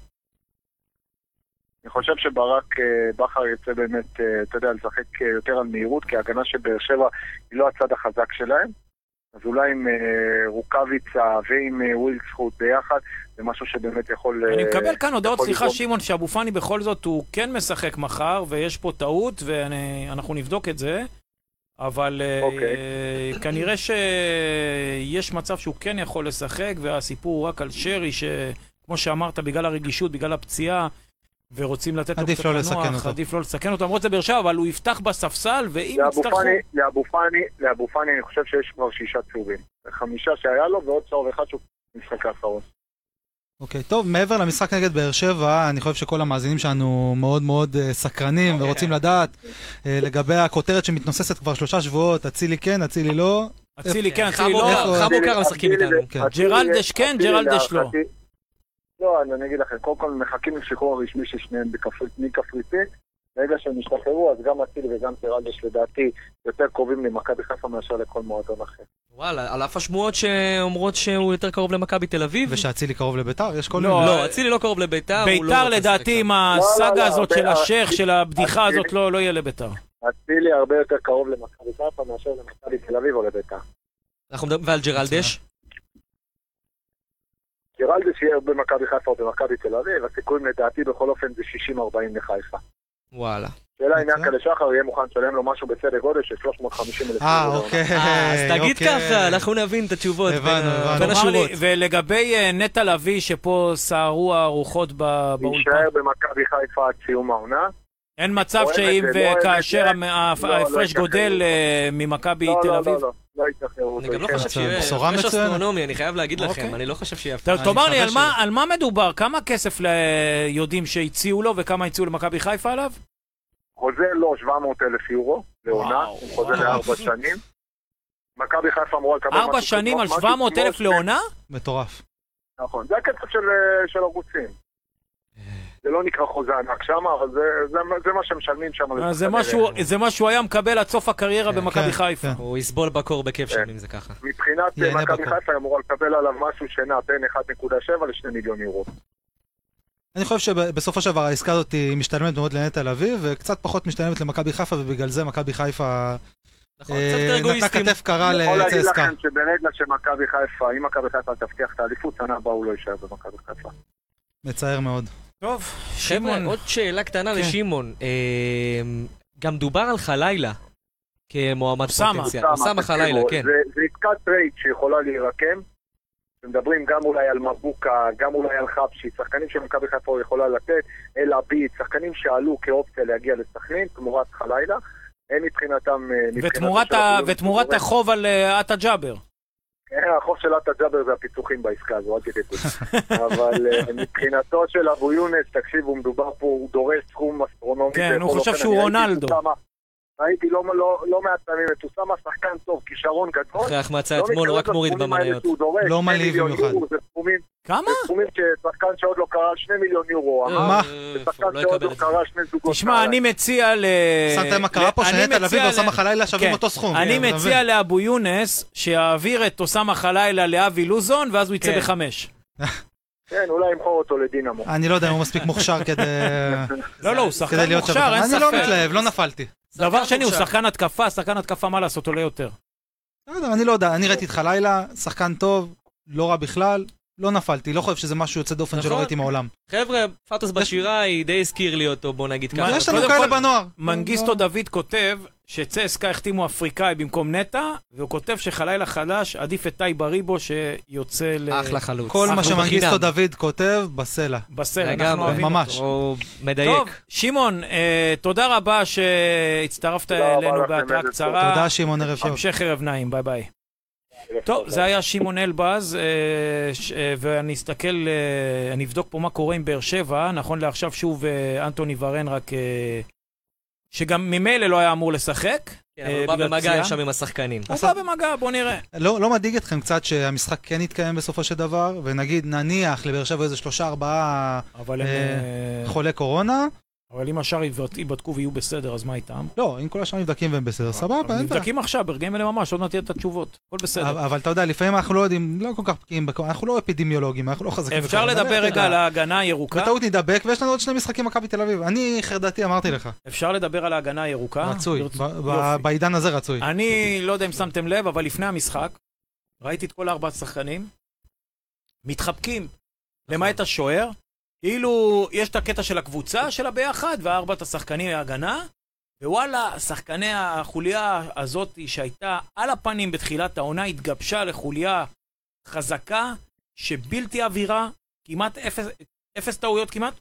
אני חושב שברק בכר יצא באמת, אתה יודע, לשחק יותר על מהירות, כי ההגנה של באר שבע היא לא הצד החזק שלהם. אז אולי עם רוקאביצה ועם ווילדסחוט ביחד, זה משהו שבאמת יכול... אני מקבל כאן הודעות, סליחה שמעון, שאבו פאני בכל זאת הוא כן משחק מחר, ויש פה טעות, ואנחנו נבדוק את זה, אבל כנראה שיש מצב שהוא כן יכול לשחק, והסיפור הוא רק על שרי, שכמו שאמרת, בגלל הרגישות, בגלל הפציעה, ורוצים לתת לו קצת לנוח, עדיף לא לסכן אותו, למרות זה באר שבע, אבל הוא יפתח בספסל, ואם יצטרכו... לאבו פאני אני חושב שיש כבר 6 צהובים. 5 שהיה לו, ועוד צהוב אחד שהוא משחק האחרון. אוקיי, טוב, מעבר למשחק נגד באר שבע, אני חושב שכל המאזינים שלנו מאוד מאוד סקרנים, ורוצים לדעת לגבי הכותרת שמתנוססת כבר 3 שבועות, אצילי כן, אצילי לא. אצילי כן, אצילי לא. חבו קר משחקים איתנו. ג'רלדש כן, ג'רלדש לא. לא, אני אגיד לכם, קודם כל מחכים לשחרור הרשמי ששניהם מקפריסין, ברגע שהם ישתחררו, אז גם אצילי וגם ג'רלדש לדעתי יותר קרובים למכבי חיפה מאשר לכל מועדון אחר. וואלה, על אף השמועות שאומרות שהוא יותר קרוב למכבי תל אביב. ושאצילי קרוב לביתר, יש כל מיני. לא, אצילי לא קרוב לביתר. ביתר לדעתי עם הסאגה הזאת של השייך, של הבדיחה הזאת, לא יהיה לביתר. אצילי הרבה יותר קרוב למכבי חיפה מאשר למכבי תל אביב או לביתר. ועל ג'רלדש? ג'רלדש יהיה במכבי חיפה או במכבי תל אביב, הסיכויים לדעתי בכל אופן זה 60-40 לחיפה. וואלה. שאלה אם ינקלה שחר יהיה מוכן לשלם לו משהו בסדר גודל של 350,000 יורו. אוקיי. אז תגיד ככה, אנחנו נבין את התשובות בין השורות. ולגבי נטע לביא שפה סערו הרוחות באולפן. נשאר במכבי חיפה עד סיום העונה. אין מצב שאם וכאשר ההפרש גודל ממכבי תל אביב? לא יתאחרו. אני גם לא חושב שיהיה הפרש אסטרונומי, אני חייב להגיד לכם, אני לא חושב שיהיה הפרש. תאמר לי, על מה מדובר? כמה כסף יודעים שהציעו לו וכמה הציעו למכבי חיפה עליו? חוזה לו 700,000 יורו לעונה, חוזה ל4 שנים. מכבי חיפה אמורה לקבל 4 שנים על 700,000 לעונה? מטורף. נכון, זה הקצב של ערוצים. זה לא נקרא חוזה ענק שם, אבל זה מה שמשלמים שם. זה מה שהוא היה מקבל עד סוף הקריירה במכבי חיפה. הוא יסבול בקור בכיף שם אם זה ככה. מבחינת מכבי חיפה אמורה לקבל עליו משהו שנע בין 1.7 ל2 מיליון יורו. אני חושב שבסופו של דבר העסקה הזאת היא משתלמת מאוד לנטע תל אביב, וקצת פחות משתלמת למכבי חיפה, ובגלל זה מכבי חיפה נתנה כתף קרה לצסקה. אני יכול להגיד לכם שברגע שמכבי חיפה, אם מכבי חיפה תבטיח את האליפות, שנה הבאה הוא לא יישאר במכבי חיפה. מצער מאוד. טוב, שמעון. עוד שאלה קטנה לשמעון. גם דובר על חלילה כמועמד פוטנציאל. אוסמה חלילה, כן. זה עסקת טרייד שיכולה להירקם. מדברים גם אולי על מבוקה, גם אולי על חבשי, שחקנים שמכבי חיפה יכולה לתת, אל עביד, שחקנים שעלו כאופציה להגיע לסכנין, תמורת חלילה. הם מבחינתם... ותמורת החוב על עטה ג'אבר. החוב של עטה ג'אבר זה הפיצוחים בעסקה הזו, אל תדעו. אבל מבחינתו של אבו יונס, תקשיבו, מדובר פה, הוא דורש סכום אסטרונומי. כן, הוא חושב שהוא רונלדו. ראיתי לא מעט פעמים את אוסמה, שחקן טוב, כישרון גדול. אחרי החמצה אתמול הוא רק מוריד במניות. לא מלהיב במיוחד. כמה? זה סכומים ששחקן שעוד לא קרה 2 מיליון יורו. מה? שחקן שעוד לא קרה 2 זוגות. תשמע, אני מציע שמתם הכרה פה שנטע תל אביב ואוסמה חלילה שווים אותו סכום. אני מציע לאבו יונס שיעביר את אוסמה חלילה לאבי לוזון, ואז הוא יצא ב5. כן, אולי ימכור אותו לדינמו. אני לא יודע אם הוא מספיק מוכשר כדי... לא, הוא שחקן מוכשר, אין ספק. אני לא מתלהב, לא נפלתי. דבר שני, הוא שחקן התקפה, מה לעשות, עולה יותר. אני לא יודע, אני ראיתי את חלילה, שחקן טוב, לא רע בכלל, לא נפלתי, לא חושב שזה משהו יוצא דופן שלא ראיתי מעולם. חבר'ה, פאטוס בשירה היא די הזכיר לי אותו, בוא נגיד ככה. יש לנו כאלה בנוער. מנגיסטו דוד כותב שצסקה החתימו אפריקאי במקום נטע, והוא כותב שחלילה חדש עדיף את טי בריבו שיוצא אחלה חלוץ. כל מה שמנגיסטו דוד כותב, בסלע. בסלע, אנחנו אוהבים אותו. ממש. הוא מדייק. טוב, שמעון, תודה רבה שהצטרפת אלינו בהתראה קצרה. תודה שמעון, ערב טוב. המשך ערב נעים, ביי ביי. טוב, זה היה שמעון אלבז, ואני אסתכל, אני אבדוק פה מה קורה עם באר שבע, נכון לעכשיו שוב אנטוני ורן רק, שגם ממילא לא היה אמור לשחק. כן, אבל הוא בא במגע שם עם השחקנים. הוא בא במגע, בוא נראה. לא מדאיג אתכם קצת שהמשחק כן יתקיים בסופו של דבר, ונגיד נניח לבאר שבע איזה 3-4 חולי קורונה, אבל אם השאר ייבדקו ויהיו בסדר, אז מה איתם? לא, אם כל השאר נבדקים והם בסדר, סבבה, אין נבדקים עכשיו, ברגעים אלה ממש, עוד נתיד את התשובות, הכל בסדר. אבל אתה יודע, לפעמים אנחנו לא יודעים, לא כל כך בקיאים, אנחנו לא אפידמיולוגים, אנחנו לא חזקים. אפשר לדבר רגע על ההגנה הירוקה? בטעות נדבק, ויש לנו עוד 2 משחקים מכבי תל אביב. אני חרדתי, אמרתי לך. אפשר לדבר על ההגנה הירוקה? רצוי, בעידן הזה רצוי. אני לא יודע אם שמתם לב, אבל לפני המשחק, ראיתי את כל 4 שחקנים, מתחבקים, למעט השוער, כאילו יש את הקטע של הקבוצה של הביחד, והארבעת השחקנים ההגנה, ווואלה, שחקני החוליה הזאת שהייתה על הפנים בתחילת העונה, התגבשה לחוליה חזקה, שבלתי אווירה, כמעט 0 טעויות כמעט,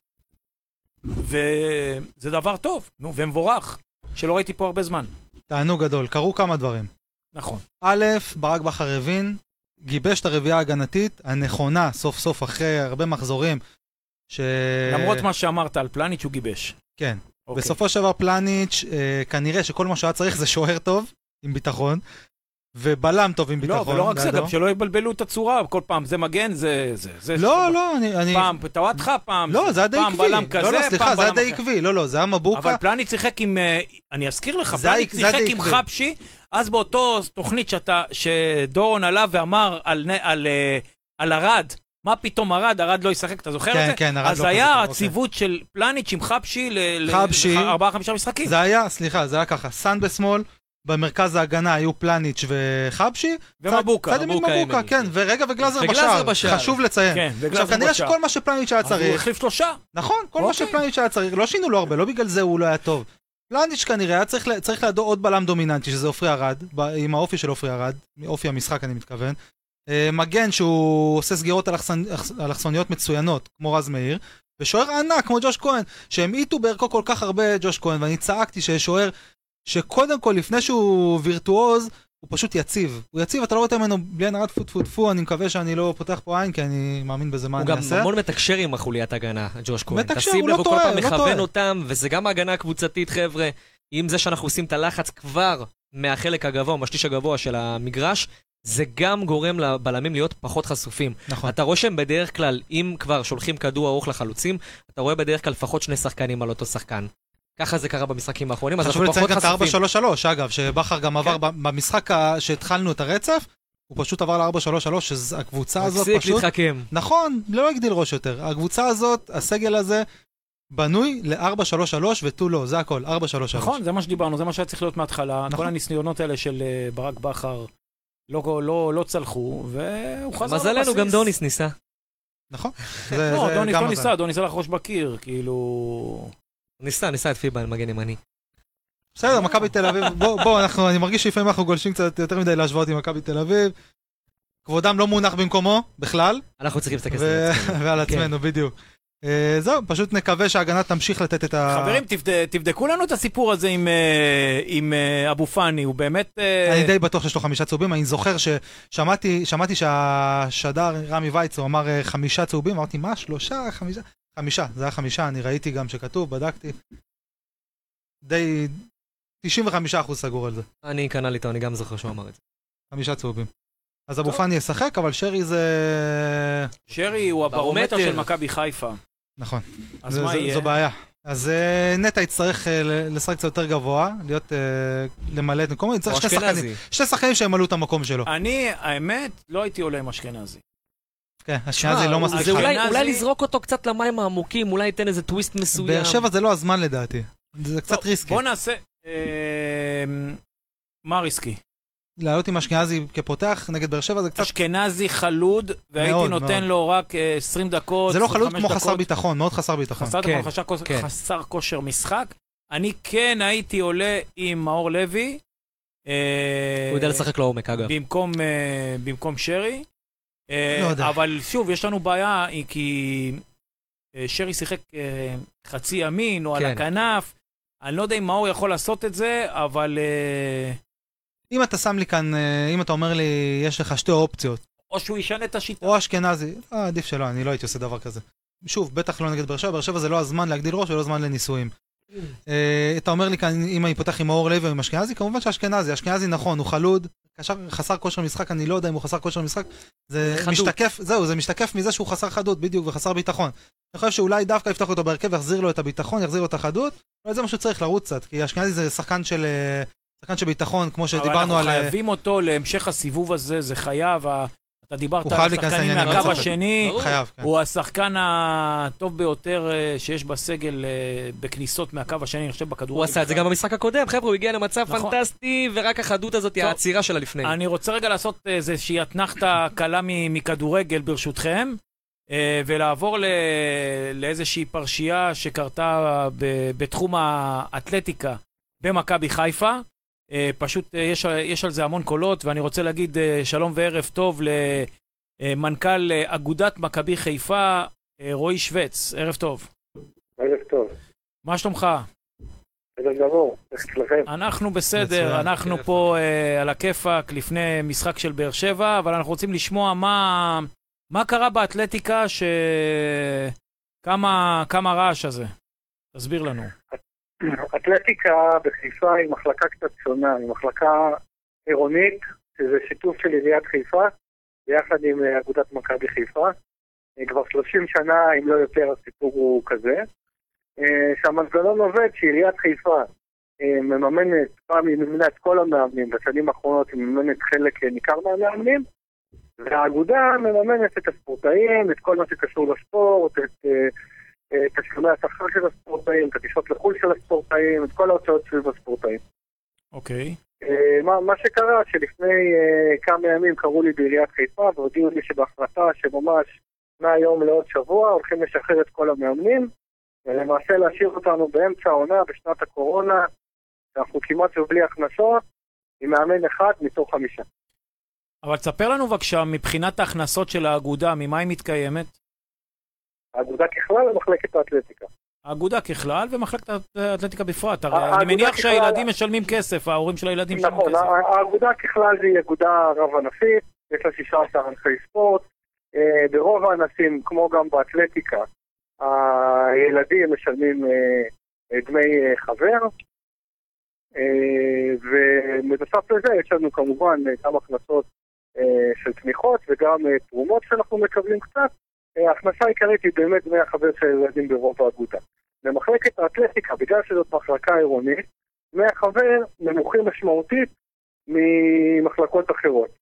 וזה דבר טוב, ומבורך, שלא ראיתי פה הרבה זמן. תענוג גדול, קרו כמה דברים. נכון. א', ברק בכר הבין, גיבש את הרביעייה ההגנתית, הנכונה, סוף סוף אחרי הרבה מחזורים, למרות מה שאמרת על פלניץ' הוא גיבש. כן. בסופו של דבר פלניץ' כנראה שכל מה שהיה צריך זה שוער טוב, עם ביטחון, ובלם טוב עם ביטחון. לא, ולא רק זה, גם שלא יבלבלו את הצורה, כל פעם זה מגן, זה... לא, אני... פעם פתאוותך, פעם... לא, זה היה די עקבי. פעם בלם כזה, לא, סליחה, זה היה די עקבי. לא, זה היה מבוקה. אבל פלניץ' שיחק עם... אני אזכיר לך, פלניץ' שיחק עם חבשי, אז באותו תוכנית שדורון עלה ואמר על ארד, מה פתאום ארד לא ישחק, אתה זוכר את זה? כן, ארד לא אז היה הציוות של פלניץ' עם חבשי ל4-5 משחקים. זה היה, סליחה, זה היה ככה, סן בשמאל, במרכז ההגנה היו פלניץ' וחבשי. ומבוקה. צד ימין מבוקה, כן, ורגע וגלאזר בשער. חשוב לציין. עכשיו, כנראה שכל מה שפלניץ' היה צריך. הוא החליף 3. נכון, כל מה שפלניץ' היה צריך. לא שינו לו הרבה, לא בגלל זה הוא לא היה טוב. פלניץ' כנראה היה צריך לידו עוד בלם דומיננטי, שזה אופרי ארד, עם האופי של אופרי ארד, אופי המשחק אני מתכוון. מגן שהוא עושה סגירות אלכסוניות מצוינות, כמו רז מאיר, ושוער ענק כמו ג'וש כהן, שהם איתו בערכו כל כך הרבה ג'וש כהן, ואני צעקתי שיש שוער שקודם כל, לפני שהוא וירטואוז, הוא פשוט יציב. הוא יציב, אתה לא רואה ממנו בלי הנרד פו, אני מקווה שאני לא פותח פה עין, כי אני מאמין בזה מה אני אעשה. הוא גם המון מתקשר עם החוליית הגנה, ג'וש כהן. מתקשר, הוא לא טועה, כל פעם מכוון אותם, וזה גם ההגנה הקבוצתית, חבר'ה. עם זה שאנחנו עושים את הלחץ כבר מהחלק הגבוה, מהשליש הגבוה של המגרש, זה גם גורם לבלמים להיות פחות חשופים. נכון. אתה רואה שהם בדרך כלל, אם כבר שולחים כדור ארוך לחלוצים, אתה רואה בדרך כלל לפחות 2 שחקנים על אותו שחקן. ככה זה קרה במשחקים האחרונים, אז אנחנו פחות חשופים. חשוב לציין את ה-4-3-3, אגב, שבחר גם עבר במשחק שהתחלנו את הרצף, הוא פשוט עבר ל-4-3-3, שהקבוצה הזאת הפסיק פשוט... להתחכם. נכון, לא הגדיל ראש יותר. הקבוצה הזאת, הסגל הזה, בנוי ל-4-3-3 ותו לא, זה הכל, 4-3-3. נכון, זה מה שדיברנו, זה מה שהיה צריך להיות מההתחלה. נכון. כל הניסיונות האלה של ברק בכר לא צלחו, והוא חזר לבסיס. מזלנו, גם דוניס ניסה. נכון. לא, דוניס לא ניסה, דוניס הלך ראש בקיר, כאילו... ניסה את פיבה, מגן ימני. בסדר, מכבי תל אביב, בוא, אני מרגיש שלפעמים אנחנו גולשים קצת יותר מדי להשוות עם מכבי תל אביב. כבודם לא מונח במקומו, בכלל. אנחנו צריכים להסתכל על עצמנו. ועל עצמנו, בדיוק. זהו, פשוט נקווה שההגנה תמשיך לתת את ה... חברים, תבדקו לנו את הסיפור הזה עם אבו פאני, הוא באמת... אני די בטוח שיש לו 5 צהובים, אני זוכר שמעתי שהשדר רמי וייץ, הוא אמר 5 צהובים, אמרתי מה? 3? 5? 5, זה היה 5, אני ראיתי גם שכתוב, בדקתי. די 95% סגור על זה. אני קנה לי איתו, אני גם זוכר שהוא אמר את זה. 5 צהובים. אז אבו פאני ישחק, אבל שרי זה... שרי הוא הברומטר של מכבי חיפה. נכון. אז מה יהיה? זו בעיה. אז נטע יצטרך לשחק קצת יותר גבוה, למלא את מקומו, צריך שני שחקנים שימלאו את המקום שלו. אני, האמת, לא הייתי עולה עם אשכנזי. כן, אשכנזי לא מספיק. אולי לזרוק אותו קצת למים העמוקים, אולי ייתן איזה טוויסט מסוים. באר שבע זה לא הזמן לדעתי. זה קצת ריסקי. בוא נעשה... מה ריסקי? לעלות עם אשכנזי כפותח נגד באר שבע זה קצת... אשכנזי חלוד, והייתי נותן לו רק 20 דקות, זה לא חלוד כמו חסר ביטחון, מאוד חסר ביטחון. חסר כושר משחק. אני כן הייתי עולה עם מאור לוי. הוא יודע לשחק לעומק, אגב. במקום שרי. לא יודע. אבל שוב, יש לנו בעיה, כי שרי שיחק חצי ימין או על הכנף. אני לא יודע אם מאור יכול לעשות את זה, אבל... אם אתה שם לי כאן, אם אתה אומר לי, יש לך 2 אופציות. או שהוא ישנה את השיטה. או אשכנזי. עדיף שלא, אני לא הייתי עושה דבר כזה. שוב, בטח לא נגד באר שבע. באר שבע זה לא הזמן להגדיל ראש ולא הזמן לניסויים. אתה אומר לי כאן, אם אני פותח עם מאור לוי או עם אשכנזי, כמובן שאשכנזי. אשכנזי נכון, הוא חלוד. חסר כושר משחק, אני לא יודע אם הוא חסר כושר משחק. זה משתקף, זהו, זה משתקף מזה שהוא חסר חדות, בדיוק, וחסר ביטחון. אני חושב שאולי דווקא יפתח אותו בהרכב, יחזיר לו את הביטחון, יחזיר לו את החדות. אבל זה משהו צריך לרוץ קצת, כי אשכנזי זה שחקן של ביטחון, כמו שדיברנו על... אבל אנחנו חייבים אותו להמשך הסיבוב הזה, זה חייב. אתה דיברת על השחקנים מהקו השני, הוא השחקן הטוב ביותר שיש בסגל בכניסות מהקו השני, אני חושב בכדורגל. הוא עשה את זה גם במשחק הקודם, חבר'ה, הוא הגיע למצב פנטסטי, ורק החדות הזאת היא העצירה שלה לפני. אני רוצה רגע לעשות איזושהי אתנחתה קלה מכדורגל ברשותכם, ולעבור לאיזושהי פרשייה שקרתה בתחום האתלטיקה במכבי חיפה. פשוט יש על זה המון קולות, ואני רוצה להגיד שלום וערב טוב למנכ"ל אגודת מכבי חיפה, רועי שווץ. ערב טוב. ערב טוב. מה שלומך? בסדר גמור, איך אצלכם? אנחנו בסדר, אנחנו פה על הכיפק לפני משחק של באר שבע, אבל אנחנו רוצים לשמוע מה קרה באתלטיקה כמה רעש הזה. תסביר לנו. אתלטיקה בחיפה היא מחלקה קצת שונה, היא מחלקה עירונית, שזה שיתוף של עיריית חיפה, ביחד עם אגודת מכבי חיפה. כבר 30 שנה, אם לא יותר, הסיפור הוא כזה. שהמנגנון עובד שעיריית חיפה מממנת, פעם היא מממנת את כל המאמנים, בשנים האחרונות היא מממנת חלק ניכר מהמאמנים, והאגודה מממנת את הספורטאים, את כל מה שקשור לספורט, את תשלומי השכר של הספורטאים, את הטיסות לחו"ל של הספורטאים, את כל ההוצאות סביב הספורטאים. אוקיי. מה שקרה, שלפני כמה ימים קראו לי בעיריית חיפה, והודיעו לי שבהחלטה שממש מהיום לעוד שבוע הולכים לשחרר את כל המאמנים, ולמעשה להשאיר אותנו באמצע העונה בשנת הקורונה, אנחנו כמעט ובלי הכנסות, עם מאמן אחד מתוך 5. אבל תספר לנו בבקשה, מבחינת ההכנסות של האגודה, ממה היא מתקיימת? האגודה ככלל ומחלקת האתלטיקה. האגודה ככלל ומחלקת האתלטיקה בפרט. אני מניח שהילדים משלמים כסף, ההורים של הילדים משלמים כסף. נכון, האגודה ככלל היא אגודה רב-ענפית, יש לה 16 ענפי ספורט, ברוב הענפים, כמו גם באתלטיקה, הילדים משלמים דמי חבר, ובנוסף לזה יש לנו כמובן כמה הכנסות של תמיכות וגם תרומות שאנחנו מקבלים קצת. ההכנסה העיקרית היא באמת דמי החבר של ילדים ברוב האגודה. במחלקת האתלטיקה, בגלל שזאת מחלקה עירונית, דמי החבר נמוכים משמעותית ממחלקות אחרות.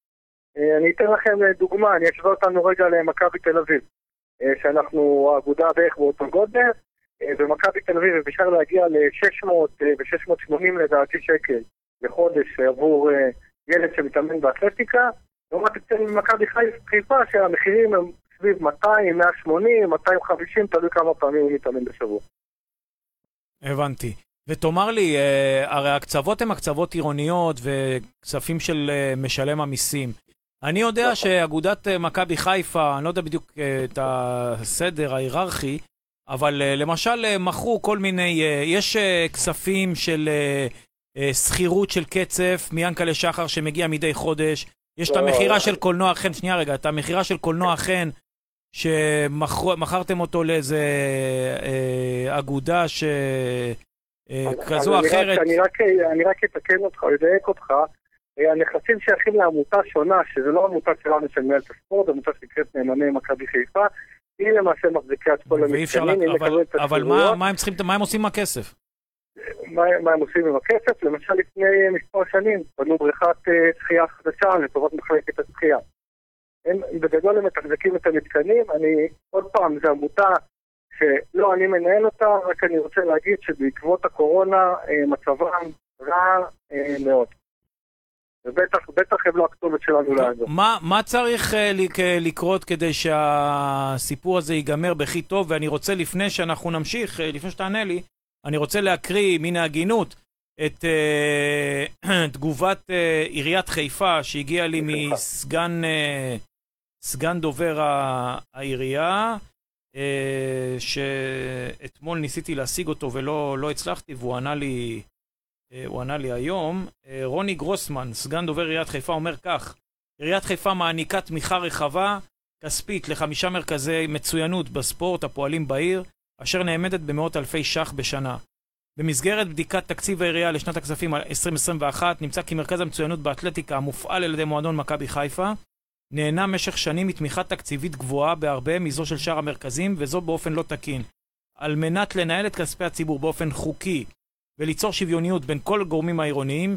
אני אתן לכם דוגמה, אני אשווה אותנו רגע למכבי תל אביב, שאנחנו האגודה בערך באותו גודל, ומכבי תל אביב אפשר להגיע ל-600 ו-680 לדעתי שקל לחודש עבור ילד שמתאמן באתלטיקה, לעומת אצל מכבי חיפה שהמחירים הם סביב 200, 180, 250, תלוי כמה פעמים הוא מתאמן בשבוע. הבנתי. ותאמר לי, הרי הקצוות הן הקצוות עירוניות וכספים של משלם המיסים. אני יודע שאגודת מכבי חיפה, אני לא יודע בדיוק את הסדר ההיררכי, אבל למשל מכרו כל מיני, יש כספים של סחירות של קצף מיאנקלה שחר שמגיע מדי חודש, יש את המחירה של קולנוע חן, שנייה רגע, את המחירה של קולנוע חן, שמכרתם אותו לאיזה אגודה כזו או אחרת. אני רק אתקן אותך, אדייק אותך, הנכסים שייכים לעמותה שונה, שזה לא עמותה שלנו של מנהלת הספורט, עמותה שנקראת נאמני מכבי חיפה, היא למעשה מחזיקה את כל המתקנים. אבל מה הם עושים עם הכסף? מה הם עושים עם הכסף? למשל לפני מספר שנים בנו בריכת שחייה חדשה לטובת מחלקת השחייה. הם בגדול הם מתחזקים את המתקנים. עוד פעם, זו עמותה שלא אני מנהל אותה, רק אני רוצה להגיד שבעקבות הקורונה מצבם רע מאוד. ובטח הם לא הכתובת שלנו לעזור. מה צריך לקרות כדי שהסיפור הזה ייגמר בכי טוב? ואני רוצה לפני שאנחנו נמשיך, לפני שתענה לי, אני רוצה להקריא מן ההגינות את תגובת עיריית חיפה שהגיעה לי מסגן דובר העירייה, שאתמול ניסיתי להשיג אותו ולא הצלחתי, והוא ענה לי היום. רוני גרוסמן, סגן דובר עיריית חיפה, אומר כך: עיריית חיפה מעניקה תמיכה רחבה כספית ל5 מרכזי מצוינות בספורט הפועלים בעיר, אשר נאמדת במאות אלפי ש"ח בשנה. במסגרת בדיקת תקציב העירייה לשנת הכספים 2021, נמצא כי מרכז המצוינות באתלטיקה המופעל על ידי מועדון מכבי חיפה נהנה משך שנים מתמיכה תקציבית גבוהה בהרבה מזו של שאר המרכזים, וזו באופן לא תקין. על מנת לנהל את כספי הציבור באופן חוקי וליצור שוויוניות בין כל הגורמים העירוניים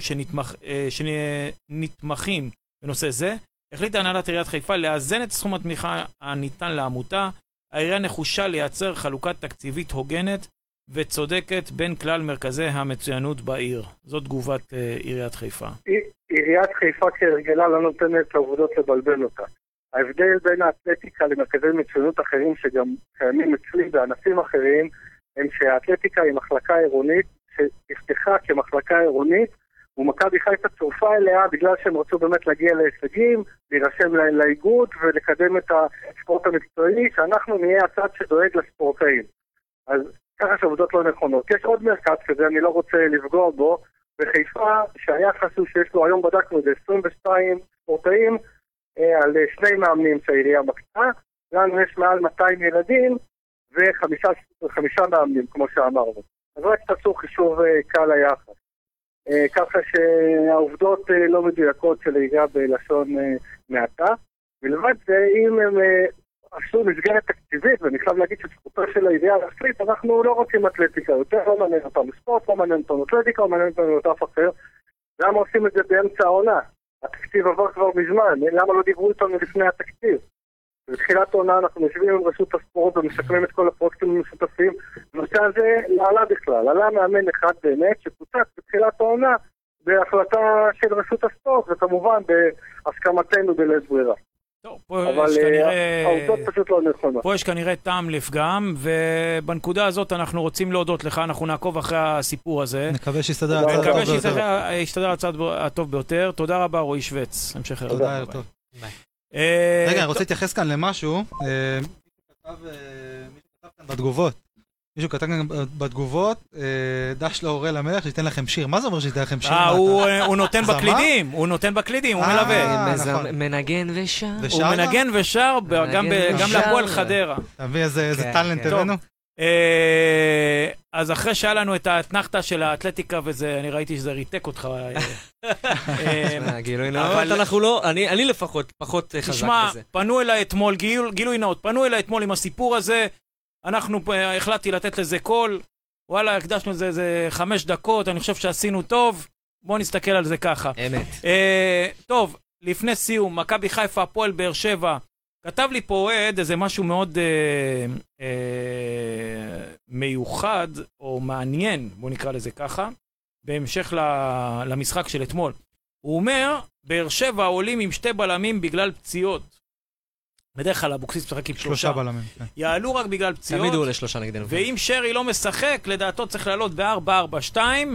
שנתמכים בנושא זה, החליטה הנהלת עיריית חיפה לאזן את סכום התמיכה הניתן לעמותה. העירייה נחושה לייצר חלוקת תקציבית הוגנת וצודקת בין כלל מרכזי המצוינות בעיר. זו תגובת עיריית חיפה. עיריית חיפה כהרגלה לא נותנת לעובדות לבלבל אותה. ההבדל בין האתלטיקה למרכזי מצוינות אחרים שגם קיימים אצלי בענפים אחרים, הם שהאתלטיקה היא מחלקה עירונית שהפתחה כמחלקה עירונית, ומכבי חיפה צורפה אליה בגלל שהם רצו באמת להגיע להישגים, להירשם לאיגוד ולקדם את הספורט המקצועי, שאנחנו נהיה הצד שדואג לספורטאים. אז ככה שעובדות לא נכונות. יש עוד מרכז כזה, אני לא רוצה לפגוע בו, בחיפה, שהיחס הוא שיש לו, היום בדקנו את 22 ספורטאים על 2 מאמנים שהעירייה מקצה, לנו יש מעל 200 ילדים ו5 מאמנים, כמו שאמרנו. אז רק תעשו חישוב קל היחס. ככה שהעובדות לא מדויקות של העירייה בלשון מעטה. מלבד זה, אם הם עשו מסגרת תקציבית, ואני חייב להגיד שזכותו של העירייה להחליט, אנחנו לא רוצים אתלטיקה יותר, לא מעניין אותם ספורט, לא מעניין אותם אתלטיקה, לא מעניין אותם אף אחר. למה עושים את זה באמצע העונה? התקציב עבר כבר מזמן, למה לא דיברו איתנו לפני התקציב? בתחילת העונה אנחנו יושבים עם רשות הספורט ומשקמים את כל הפרויקטים המשותפים. הנושא הזה לא עלה בכלל, עלה מאמן אחד באמת שקוצץ בתחילת העונה בהחלטה של רשות הספורט, וכמובן בהסכמתנו בלית ברירה. אבל העובדות פשוט לא נכונות. פה יש כנראה טעם לפגם, ובנקודה הזאת אנחנו רוצים להודות לך, אנחנו נעקוב אחרי הסיפור הזה. נקווה שיסתדר הצד הטוב ביותר. נקווה שיסתדר הצד הטוב ביותר. תודה רבה רועי שווץ. המשך ערב. תודה, טוב. רגע, אני רוצה להתייחס כאן למשהו. מישהו כתב כאן בתגובות, דש להורה למלך שייתן לכם שיר. מה זה אומר שייתן לכם שיר? הוא נותן בקלידים, הוא מלווה. מנגן ושר. הוא מנגן ושר גם להפועל חדרה. תביא איזה טלנט הבאנו. אז אחרי שהיה לנו את האתנחתה של האתלטיקה וזה, אני ראיתי שזה ריתק אותך. אבל אנחנו לא, אני לפחות פחות חזק בזה. תשמע, פנו אליי אתמול, גילוי נאות, פנו אליי אתמול עם הסיפור הזה, אנחנו החלטתי לתת לזה קול, וואלה, הקדשנו איזה 5 דקות, אני חושב שעשינו טוב, בואו נסתכל על זה ככה. אמת. טוב, לפני סיום, מכבי חיפה, הפועל באר שבע. כתב לי פה אוהד איזה משהו מאוד מיוחד או מעניין, בוא נקרא לזה ככה, בהמשך למשחק של אתמול. הוא אומר, באר שבע עולים עם 2 בלמים בגלל פציעות. בדרך כלל אבוקסיס משחק עם 3 בלמים. כן. יעלו רק בגלל פציעות. תמיד הוא עולה 3 נגדנו. ואם שרי לא משחק, לדעתו צריך לעלות ב-4-4-2,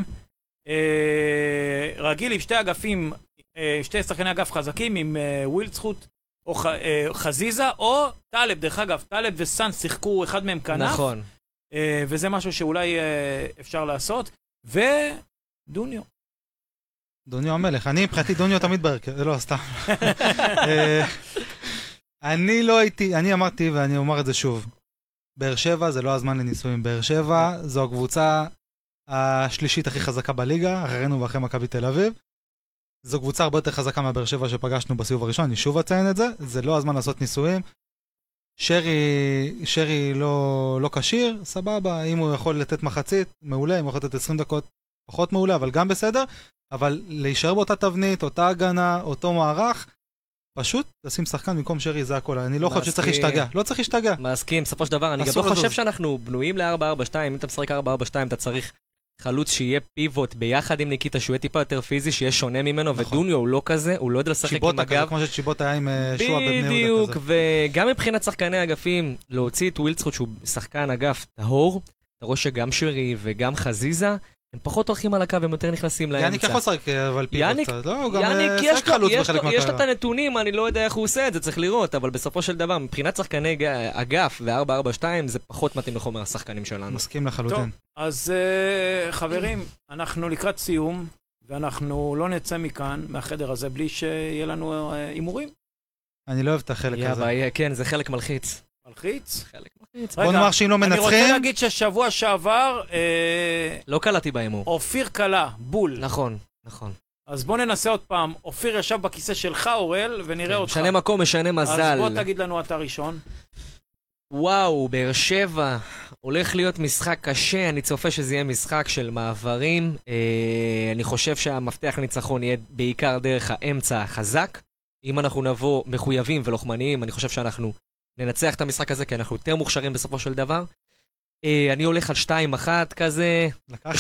רגיל עם 2 אגפים, 2 שחקני אגף חזקים עם ווילדסחוט או חזיזה, או טלב, דרך אגב, טלב וסן שיחקו אחד מהם כנף. נכון. וזה משהו שאולי אפשר לעשות. ודוניו. דוניו המלך. אני מבחינתי דוניו תמיד בהרכב, לא, סתם. אני לא הייתי, אני אמרתי ואני אומר את זה שוב. באר שבע זה לא הזמן לניסויים. באר שבע זו הקבוצה השלישית הכי חזקה בליגה, אחרינו ואחרי מכבי תל אביב. זו קבוצה הרבה יותר חזקה מהבאר שבע שפגשנו בסיבוב הראשון, אני שוב אציין את זה, זה לא הזמן לעשות ניסויים. שרי לא קשיר, סבבה, אם הוא יכול לתת מחצית, מעולה, אם הוא יכול לתת 20 דקות, פחות מעולה, אבל גם בסדר, אבל להישאר באותה תבנית, אותה הגנה, אותו מערך, פשוט לשים שחקן במקום שרי, זה הכל. אני לא חושב שצריך להשתגע, לא צריך להשתגע. מסכים, בסופו של דבר, אני גם לא חושב שאנחנו בנויים ל-4-4-2, אם אתה משחק 4-4-2, אתה צריך חלוץ שיהיה פיבוט ביחד עם ניקיטה, שהוא יהיה טיפה יותר פיזי, שיהיה שונה ממנו, ודוניו הוא לא כזה, הוא לא יודע לשחק עם הגב. כמו שצ'יבוטה היה עם שועה בבני יהודה כזה. בדיוק, וגם מבחינת שחקני אגפים, להוציא את ווילדסחוט שהוא שחקן אגף טהור, אתה רואה שגם שרי וגם חזיזה, הם פחות הולכים על הקו, הם יותר נכנסים לאמצע. יאניק יכול לשחק, אבל פיבוט קצת. לא, הוא גם שחק חלוץ בחלק מהקו. יש לו את הנתונים, אני לא יודע איך הוא עושה את זה, צריך לראות, אבל בסופו של דבר, מבחינת שחקני אגף ו-4-4-2, זה פחות מתאים לחומר השחקנים שלנו. מסכים לחלוטין. טוב, אז חברים, אנחנו לקראת סיום, ואנחנו לא נצא מכאן, מהחדר הזה, בלי שיהיה לנו אימורים. אני לא אוהב את החלק הזה. כן, זה חלק מלחיץ. מלחיץ? חלק מלחיץ. בוא נאמר שאם לא מנצחים... אני רוצה להגיד ששבוע שעבר... לא קלעתי באימור. אופיר קלה, בול. נכון, נכון. אז בוא ננסה עוד פעם. אופיר ישב בכיסא שלך, אורל, ונראה אותך. משנה מקום, משנה מזל. אז בוא תגיד לנו אתה ראשון. וואו, באר שבע. הולך להיות משחק קשה, אני צופה שזה יהיה משחק של מעברים. אני חושב שהמפתח לניצחון יהיה בעיקר דרך האמצע החזק. אם אנחנו נבוא מחויבים ולוחמניים, אני חושב שאנחנו ננצח את המשחק הזה, כי אנחנו יותר מוכשרים בסופו של דבר. אני הולך על 2-1 כזה, 2-0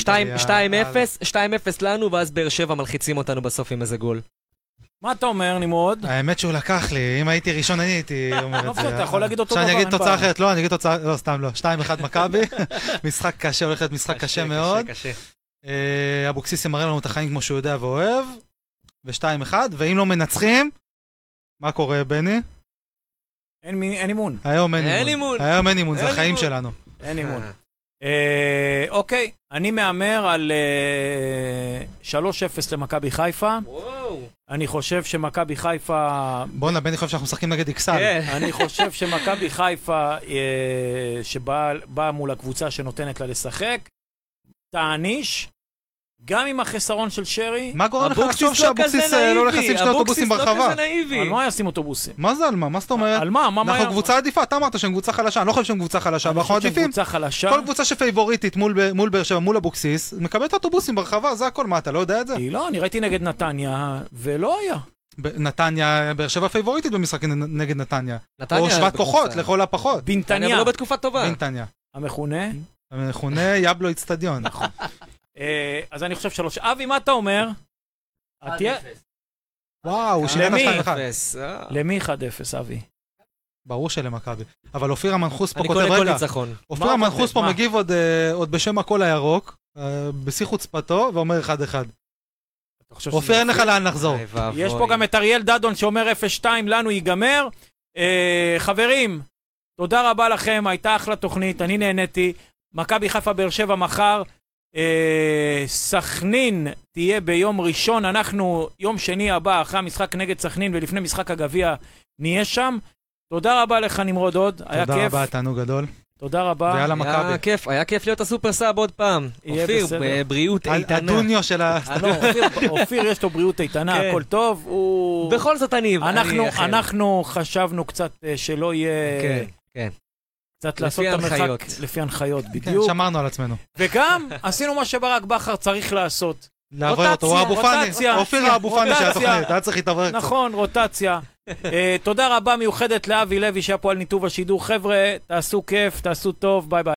לנו, ואז באר שבע מלחיצים אותנו בסוף עם איזה גול. מה אתה אומר, נמרוד? האמת שהוא לקח לי, אם הייתי ראשון אני הייתי אומר את זה. אתה יכול להגיד אותו דבר. שאני אגיד תוצאה אחרת, לא, אני אגיד תוצאה, לא, סתם לא. 2-1 מכבי, משחק קשה, הולך להיות משחק קשה מאוד. אבוקסיס ימראה לנו את החיים כמו שהוא יודע ואוהב, ו2-1, ואם לא מנצחים, מה קורה, בני? אין אימון. היום אין אימון, זה החיים שלנו. אין אימון. אוקיי, אני מאמר על 3-0 למכבי חיפה. אני חושב שמכבי חיפה... בוא'נה, בני חושב שאנחנו משחקים נגד איקסל. אני חושב שמכבי חיפה, שבאה מול הקבוצה שנותנת לה לשחק, תעניש, גם עם החסרון של שרי. מה גורם לך לחשוב שאבוקסיס לא הולך לשים 2 אוטובוסים ברחבה? על מה ישים אוטובוסים? מה זה על מה? מה זאת אומרת? על מה? אנחנו קבוצה עדיפה, אתה אמרת שהם קבוצה חלשה, אני לא חושב שהם קבוצה חלשה, אנחנו עדיפים. כל קבוצה שפייבוריטית מול באר שבע, מול אבוקסיס, מקבלת אוטובוסים ברחבה, זה הכל, מה אתה לא יודע את זה? לא, אני ראיתי נגד נתניה, ולא היה. נתניה, באר שבע פייבוריטית במשחק נגד נתניה. או שוות כוחות, לכל הפחות. בנתניה. לא בתקופה טובה. בנתניה. המכונה יבלו אצטדיון. אז אני חושב 3. אבי, מה אתה אומר? 1-0. וואו, שילם 2-1. למי 1-0, אבי? ברור שלמכבי. אבל אופיר המנחוס פה אני כותב קונה כל רגע. ניצחון. אופיר המנחוס פה מגיב עוד בשם הקול הירוק, בשיא חוצפתו, ואומר 1-1. אופיר אין לך לאן לחזור. יש פה גם את אריאל דדון שאומר 0-2, לנו ייגמר. חברים, תודה רבה לכם, הייתה אחלה תוכנית, אני נהניתי. מכבי חיפה באר שבע מחר. סכנין תהיה ביום ראשון, אנחנו יום שני הבא אחרי המשחק נגד סכנין ולפני משחק הגביע נהיה שם. תודה רבה לך נמרוד עוד, היה כיף. תודה רבה, תענוג גדול. תודה רבה. ויאללה מכבי. היה כיף להיות הסופר סאב עוד פעם. אופיר, בבריאות איתנה. הדוניו של ה... אופיר יש לו בריאות איתנה, הכל טוב. בכל זאת אני... אנחנו חשבנו קצת שלא יהיה... כן. קצת לעשות את המשחק לפי הנחיות, בדיוק. כן, שמרנו על עצמנו. וגם עשינו מה שברק בכר צריך לעשות. לעבור אותו, הוא אבו פאני, רוטציה. אופיר אבו פאני של התוכנית, היה צריך להתעבר קצת. נכון, רוטציה. תודה רבה מיוחדת לאבי לוי שהיה פה על ניתוב השידור. חבר'ה, תעשו כיף, תעשו טוב, ביי ביי.